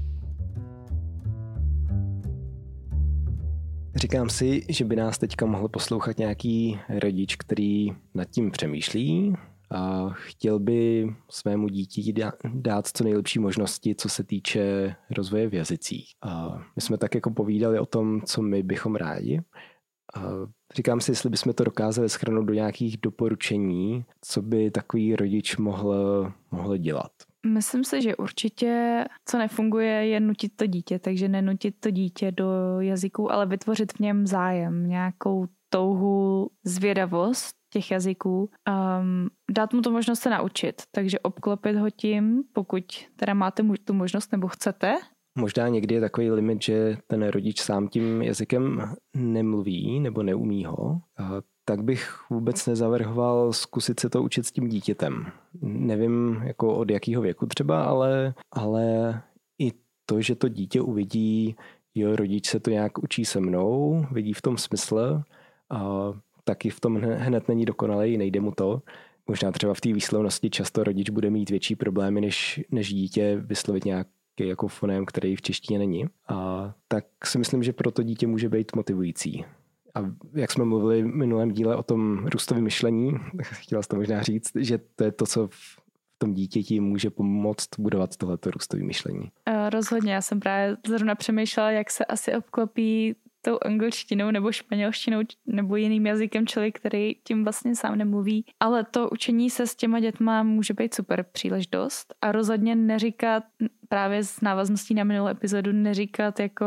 Říkám si, že by nás teďka mohl poslouchat nějaký rodič, který nad tím přemýšlí chtěl by svému díti dát co nejlepší možnosti, co se týče rozvoje v jazycích. My jsme tak jako povídali o tom, co my bychom rádi. Říkám si, jestli bychom to dokázali shrnout do nějakých doporučení, co by takový rodič mohl dělat. Myslím si, že určitě, co nefunguje, je nutit to dítě, takže nenutit to dítě do jazyků, ale vytvořit v něm zájem, nějakou touhu, zvědavost těch jazyků, dát mu to možnost se naučit, takže obklopit ho tím, pokud teda máte tu možnost nebo chcete. Možná někdy je takový limit, že ten rodič sám tím jazykem nemluví nebo neumí ho, tak bych vůbec nezavrhoval zkusit se to učit s tím dítětem. Nevím, jako od jakého věku třeba, ale i to, že to dítě uvidí, jo, rodič se to nějak učí se mnou, vidí v tom smysl, taky v tom hned není dokonalej, nejde mu to. Možná třeba v té výslovnosti často rodič bude mít větší problémy, než dítě vyslovit nějaký jako foném, který v češtině není. Tak si myslím, že pro to dítě může být motivující. A jak jsme mluvili v minulém díle o tom růstovém myšlení, chtěla jsi to možná říct, že to je to, co v tom dítěti může pomoct budovat tohleto růstové myšlení. Rozhodně, já jsem právě zrovna přemýšlela, jak se asi obklopí tou angličtinou nebo španělštinou nebo jiným jazykem člověk, který tím vlastně sám nemluví. Ale to učení se s těma dětma může být super příležitost a rozhodně neříkat, právě s návazností na minulou epizodu, neříkat jako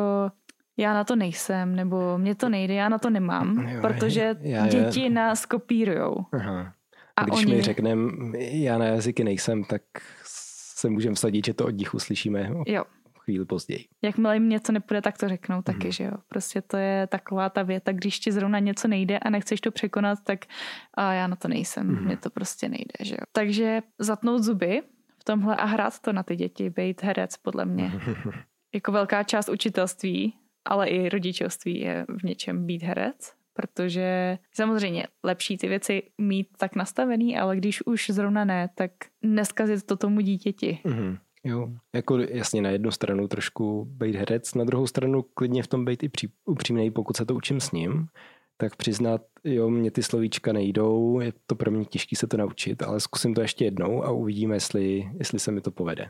já na to nejsem, nebo mě to nejde, já na to nemám, protože děti nás kopírujou. Aha. A když my řekneme, já na jazyky nejsem, tak se můžeme vsadit, že to od nich uslyšíme chvíli později. Jakmile jim něco nepůjde, tak to řeknou taky, že jo. Prostě to je taková ta věta, když ti zrovna něco nejde a nechceš to překonat, tak já na to nejsem, mně to prostě nejde, že jo. Takže zatnout zuby v tomhle a hrát to na ty děti, být herec podle mě. Jako velká část učitelství, ale i rodičovství je v něčem být herec, protože samozřejmě lepší ty věci mít tak nastavený, ale když už zrovna ne, tak neskazit to tomu dítěti. Jo, jako jasně na jednu stranu trošku být herec, na druhou stranu klidně v tom být i upřímnej, pokud se to učím s ním, tak přiznat, jo, mě ty slovíčka nejdou, je to pro mě těžké se to naučit, ale zkusím to ještě jednou a uvidíme, jestli se mi to povede.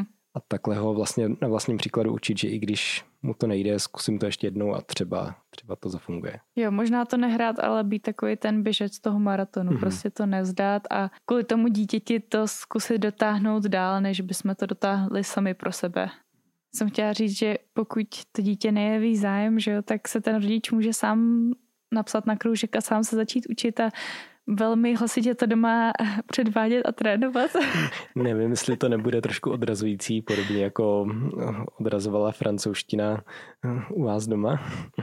A takhle ho vlastně na vlastním příkladu učit, že i když mu to nejde, zkusím to ještě jednou a třeba to zafunguje. Jo, možná to nehrát, ale být takový ten běžec toho maratonu, prostě to nevzdát a kvůli tomu dítěti to zkusit dotáhnout dál, než bychom to dotáhli sami pro sebe. Jsem chtěla říct, že pokud to dítě nejeví zájem, že jo, tak se ten rodič může sám napsat na kroužek a sám se začít učit a velmi hlasitě to doma předvádět a trénovat. Nevím, jestli to nebude trošku odrazující, podobně jako odrazovala francouzština u vás doma.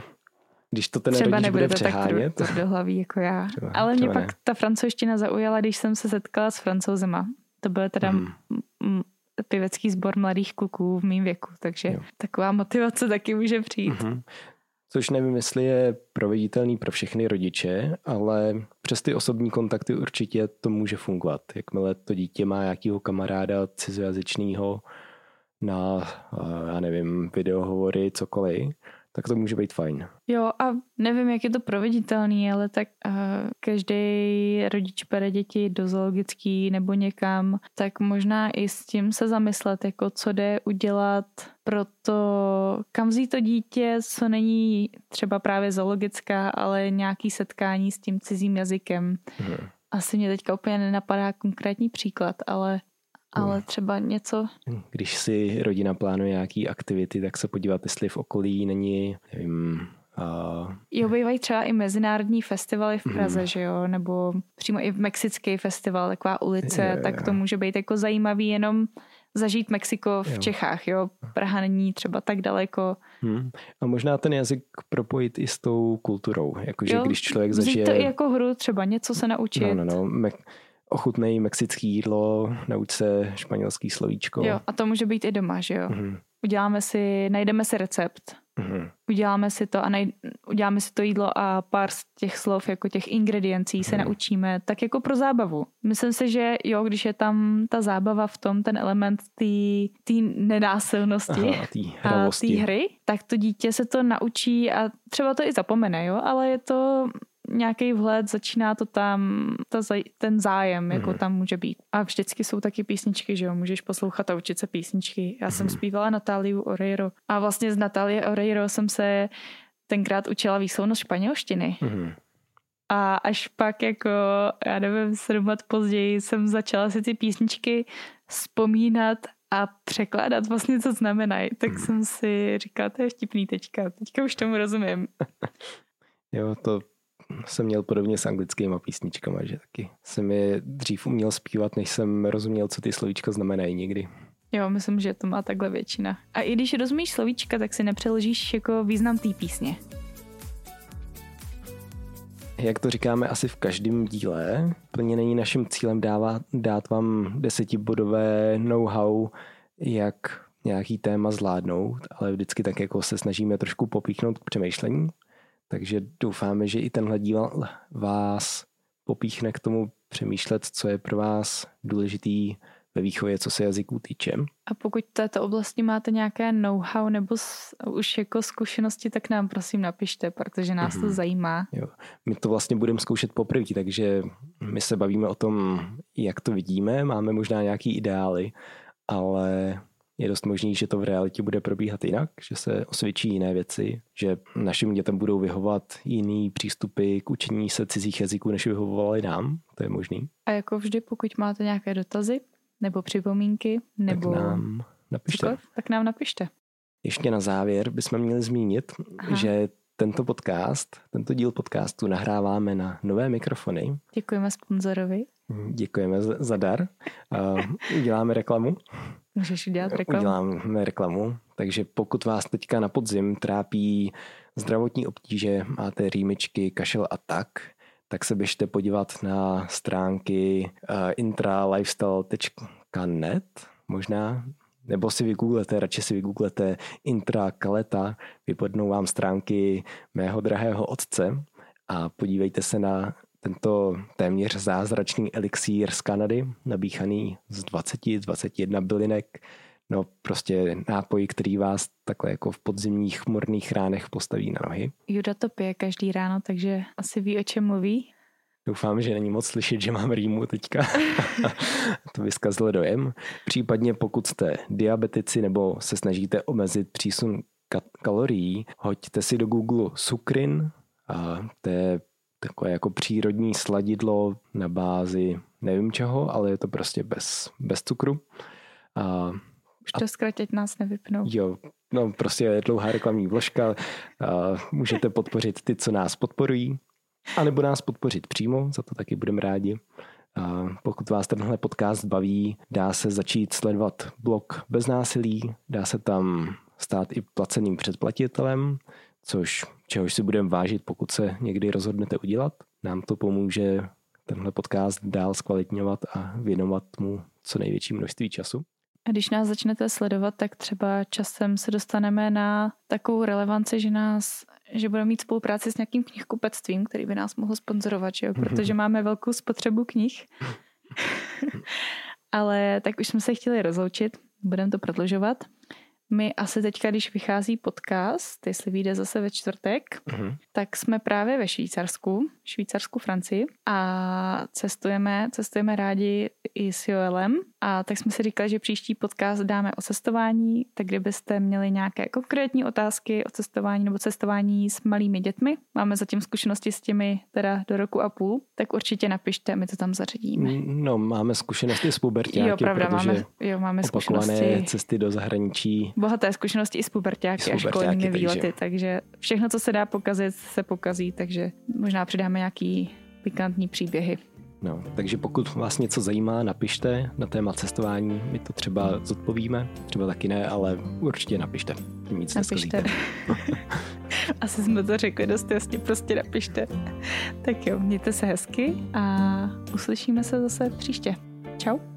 Když to ten třeba rodič bude přehánět. Třeba nebudete tak tvrdohlavý jako já. Ale mě pak ta francouzština zaujala, když jsem se setkala s Francouzema. To byl teda pěvecký sbor mladých kluků v mým věku, takže taková motivace taky může přijít. Což nevím, jestli je proveditelný pro všechny rodiče, ale přes ty osobní kontakty určitě to může fungovat. Jakmile to dítě má nějakého kamaráda cizojazyčného na, já nevím, videohovory, cokoliv, tak to může být fajn. Jo, a nevím, jak je to proveditelný, ale tak každý rodič bere děti do zoologický nebo někam, tak možná i s tím se zamyslet, jako co jde udělat pro to, kam vzít to dítě, co není třeba právě zoologická, ale nějaký setkání s tím cizím jazykem. Asi mě teďka úplně nenapadá konkrétní příklad, ale třeba něco. Když si rodina plánuje nějaký aktivity, tak se podívat, jestli v okolí není, nevím... Jo, bývají třeba i mezinárodní festivaly v Praze, že jo, nebo přímo i mexický festival, taková ulice, tak to může být jako zajímavý jenom zažít Mexiko v Čechách, jo. Praha není třeba tak daleko. A možná ten jazyk propojit i s tou kulturou, jakože když člověk zažije... Vzít to i jako hru třeba, něco se naučit. Ochutnej mexický jídlo, nauč se španělský slovíčko. Jo, a to může být i doma, že jo. Najdeme si recept. Uděláme si to a uděláme si to jídlo a pár z těch slov, jako těch ingrediencí se naučíme, tak jako pro zábavu. Myslím si, že jo, když je tam ta zábava v tom, ten element té nenásilnosti a té hry, tak to dítě se to naučí a třeba to i zapomene, jo, ale je to nějaký vhled, začíná to tam, ten zájem, jako tam může být. A vždycky jsou taky písničky, že jo, můžeš poslouchat a učit se písničky. Já jsem zpívala Natáliu Oreiro a vlastně z Natálie Oreiro jsem se tenkrát učila výslovnost španělštiny. A až pak jako, já nevím, 7 let později jsem začala si ty písničky vzpomínat a překládat vlastně, co znamenají. Tak jsem si říkala, to je vtipný teďka už tomu rozumím. Jo, to jsem měl podobně s anglickýma písničkama, že taky jsem je dřív uměl zpívat, než jsem rozuměl, co ty slovíčka znamenají někdy. Jo, myslím, že to má takhle většina. A i když rozumíš slovíčka, tak si nepřeložíš jako význam té písně. Jak to říkáme asi v každém díle, plně není naším cílem dát vám 10bodové know-how, jak nějaký téma zvládnout, ale vždycky tak jako se snažíme trošku popíchnout k přemýšlení. Takže doufáme, že i tenhle díl vás popíchne k tomu přemýšlet, co je pro vás důležitý ve výchově, co se jazyků týče. A pokud v této oblasti máte nějaké know-how nebo už jako zkušenosti, tak nám prosím napište, protože nás to zajímá. Jo. My to vlastně budeme zkoušet poprvé, takže my se bavíme o tom, jak to vidíme, máme možná nějaký ideály, ale je dost možný, že to v realitě bude probíhat jinak, že se osvědčí jiné věci, že našim dětem budou vyhovovat jiný přístupy k učení se cizích jazyků, než vyhovovaly nám. To je možný. A jako vždy, pokud máte nějaké dotazy nebo připomínky, nebo tak nám napište. Cokoliv, tak nám napište. Ještě na závěr bychom měli zmínit, že tento díl podcastu nahráváme na nové mikrofony. Děkujeme sponzorovi. Děkujeme za dar. Uděláme reklamu. Můžeš udělat reklamu. Uděláme reklamu. Takže pokud vás teďka na podzim trápí zdravotní obtíže, máte rýmičky, kašel a tak se běžte podívat na stránky intralifestyle.net možná, nebo radši si vygooglete Intra Kaleta, vypadnou vám stránky mého drahého otce a podívejte se na tento téměř zázračný elixír z Kanady, nabíchaný z 21 bylinek, no prostě nápoj, který vás takhle jako v podzimních chmurných ránech postaví na nohy. Juda to pije každý ráno, takže asi ví, o čem mluví. Doufám, že není moc slyšet, že mám rýmu teďka. To vyskazilo dojem. Případně pokud jste diabetici nebo se snažíte omezit přísun kalorií, hoďte si do Google Sukrin. A to je takové jako přírodní sladidlo na bázi nevím čeho, ale je to prostě bez cukru. Už to zkratět nás nevypnou. Jo, no prostě je dlouhá reklamní vložka. Můžete podpořit ty, co nás podporují. A nebo nás podpořit přímo, za to taky budeme rádi. Pokud vás tenhle podcast baví, dá se začít sledovat blog Bez násilí, dá se tam stát i placeným předplatitelem, čehož si budeme vážit, pokud se někdy rozhodnete udělat. Nám to pomůže tenhle podcast dál zkvalitňovat a věnovat mu co největší množství času. A když nás začnete sledovat, tak třeba časem se dostaneme na takovou relevanci, že budeme mít spolupráci s nějakým knihkupectvím, který by nás mohl sponzorovat, že jo? Protože máme velkou spotřebu knih. Ale tak už jsme se chtěli rozloučit, budeme to prodlužovat. My asi teďka, když vychází podcast, jestli vyjde zase ve čtvrtek, tak jsme právě ve Švýcarsku, Francii a cestujeme rádi i s Joelem a tak jsme si říkali, že příští podcast dáme o cestování, tak kdybyste měli nějaké konkrétní otázky o cestování nebo cestování s malými dětmi, máme zatím zkušenosti s těmi teda do 1,5 roku, tak určitě napište, my to tam zařadíme. No, máme zkušenosti s puberťáky, jo, pravda, máme opakované cesty do zahraničí. Bohaté zkušenosti i s puberťáky a školními výlety, takže všechno, co se dá pokazit, se pokazí, takže možná přidáme nějaký pikantní příběhy. No, takže pokud vás něco zajímá, napište na téma cestování, my to třeba zodpovíme, třeba taky ne, ale určitě napište. Nic napište. Asi jsme to řekli dost jasně, prostě napište. Tak jo, mějte se hezky a uslyšíme se zase příště. Čau.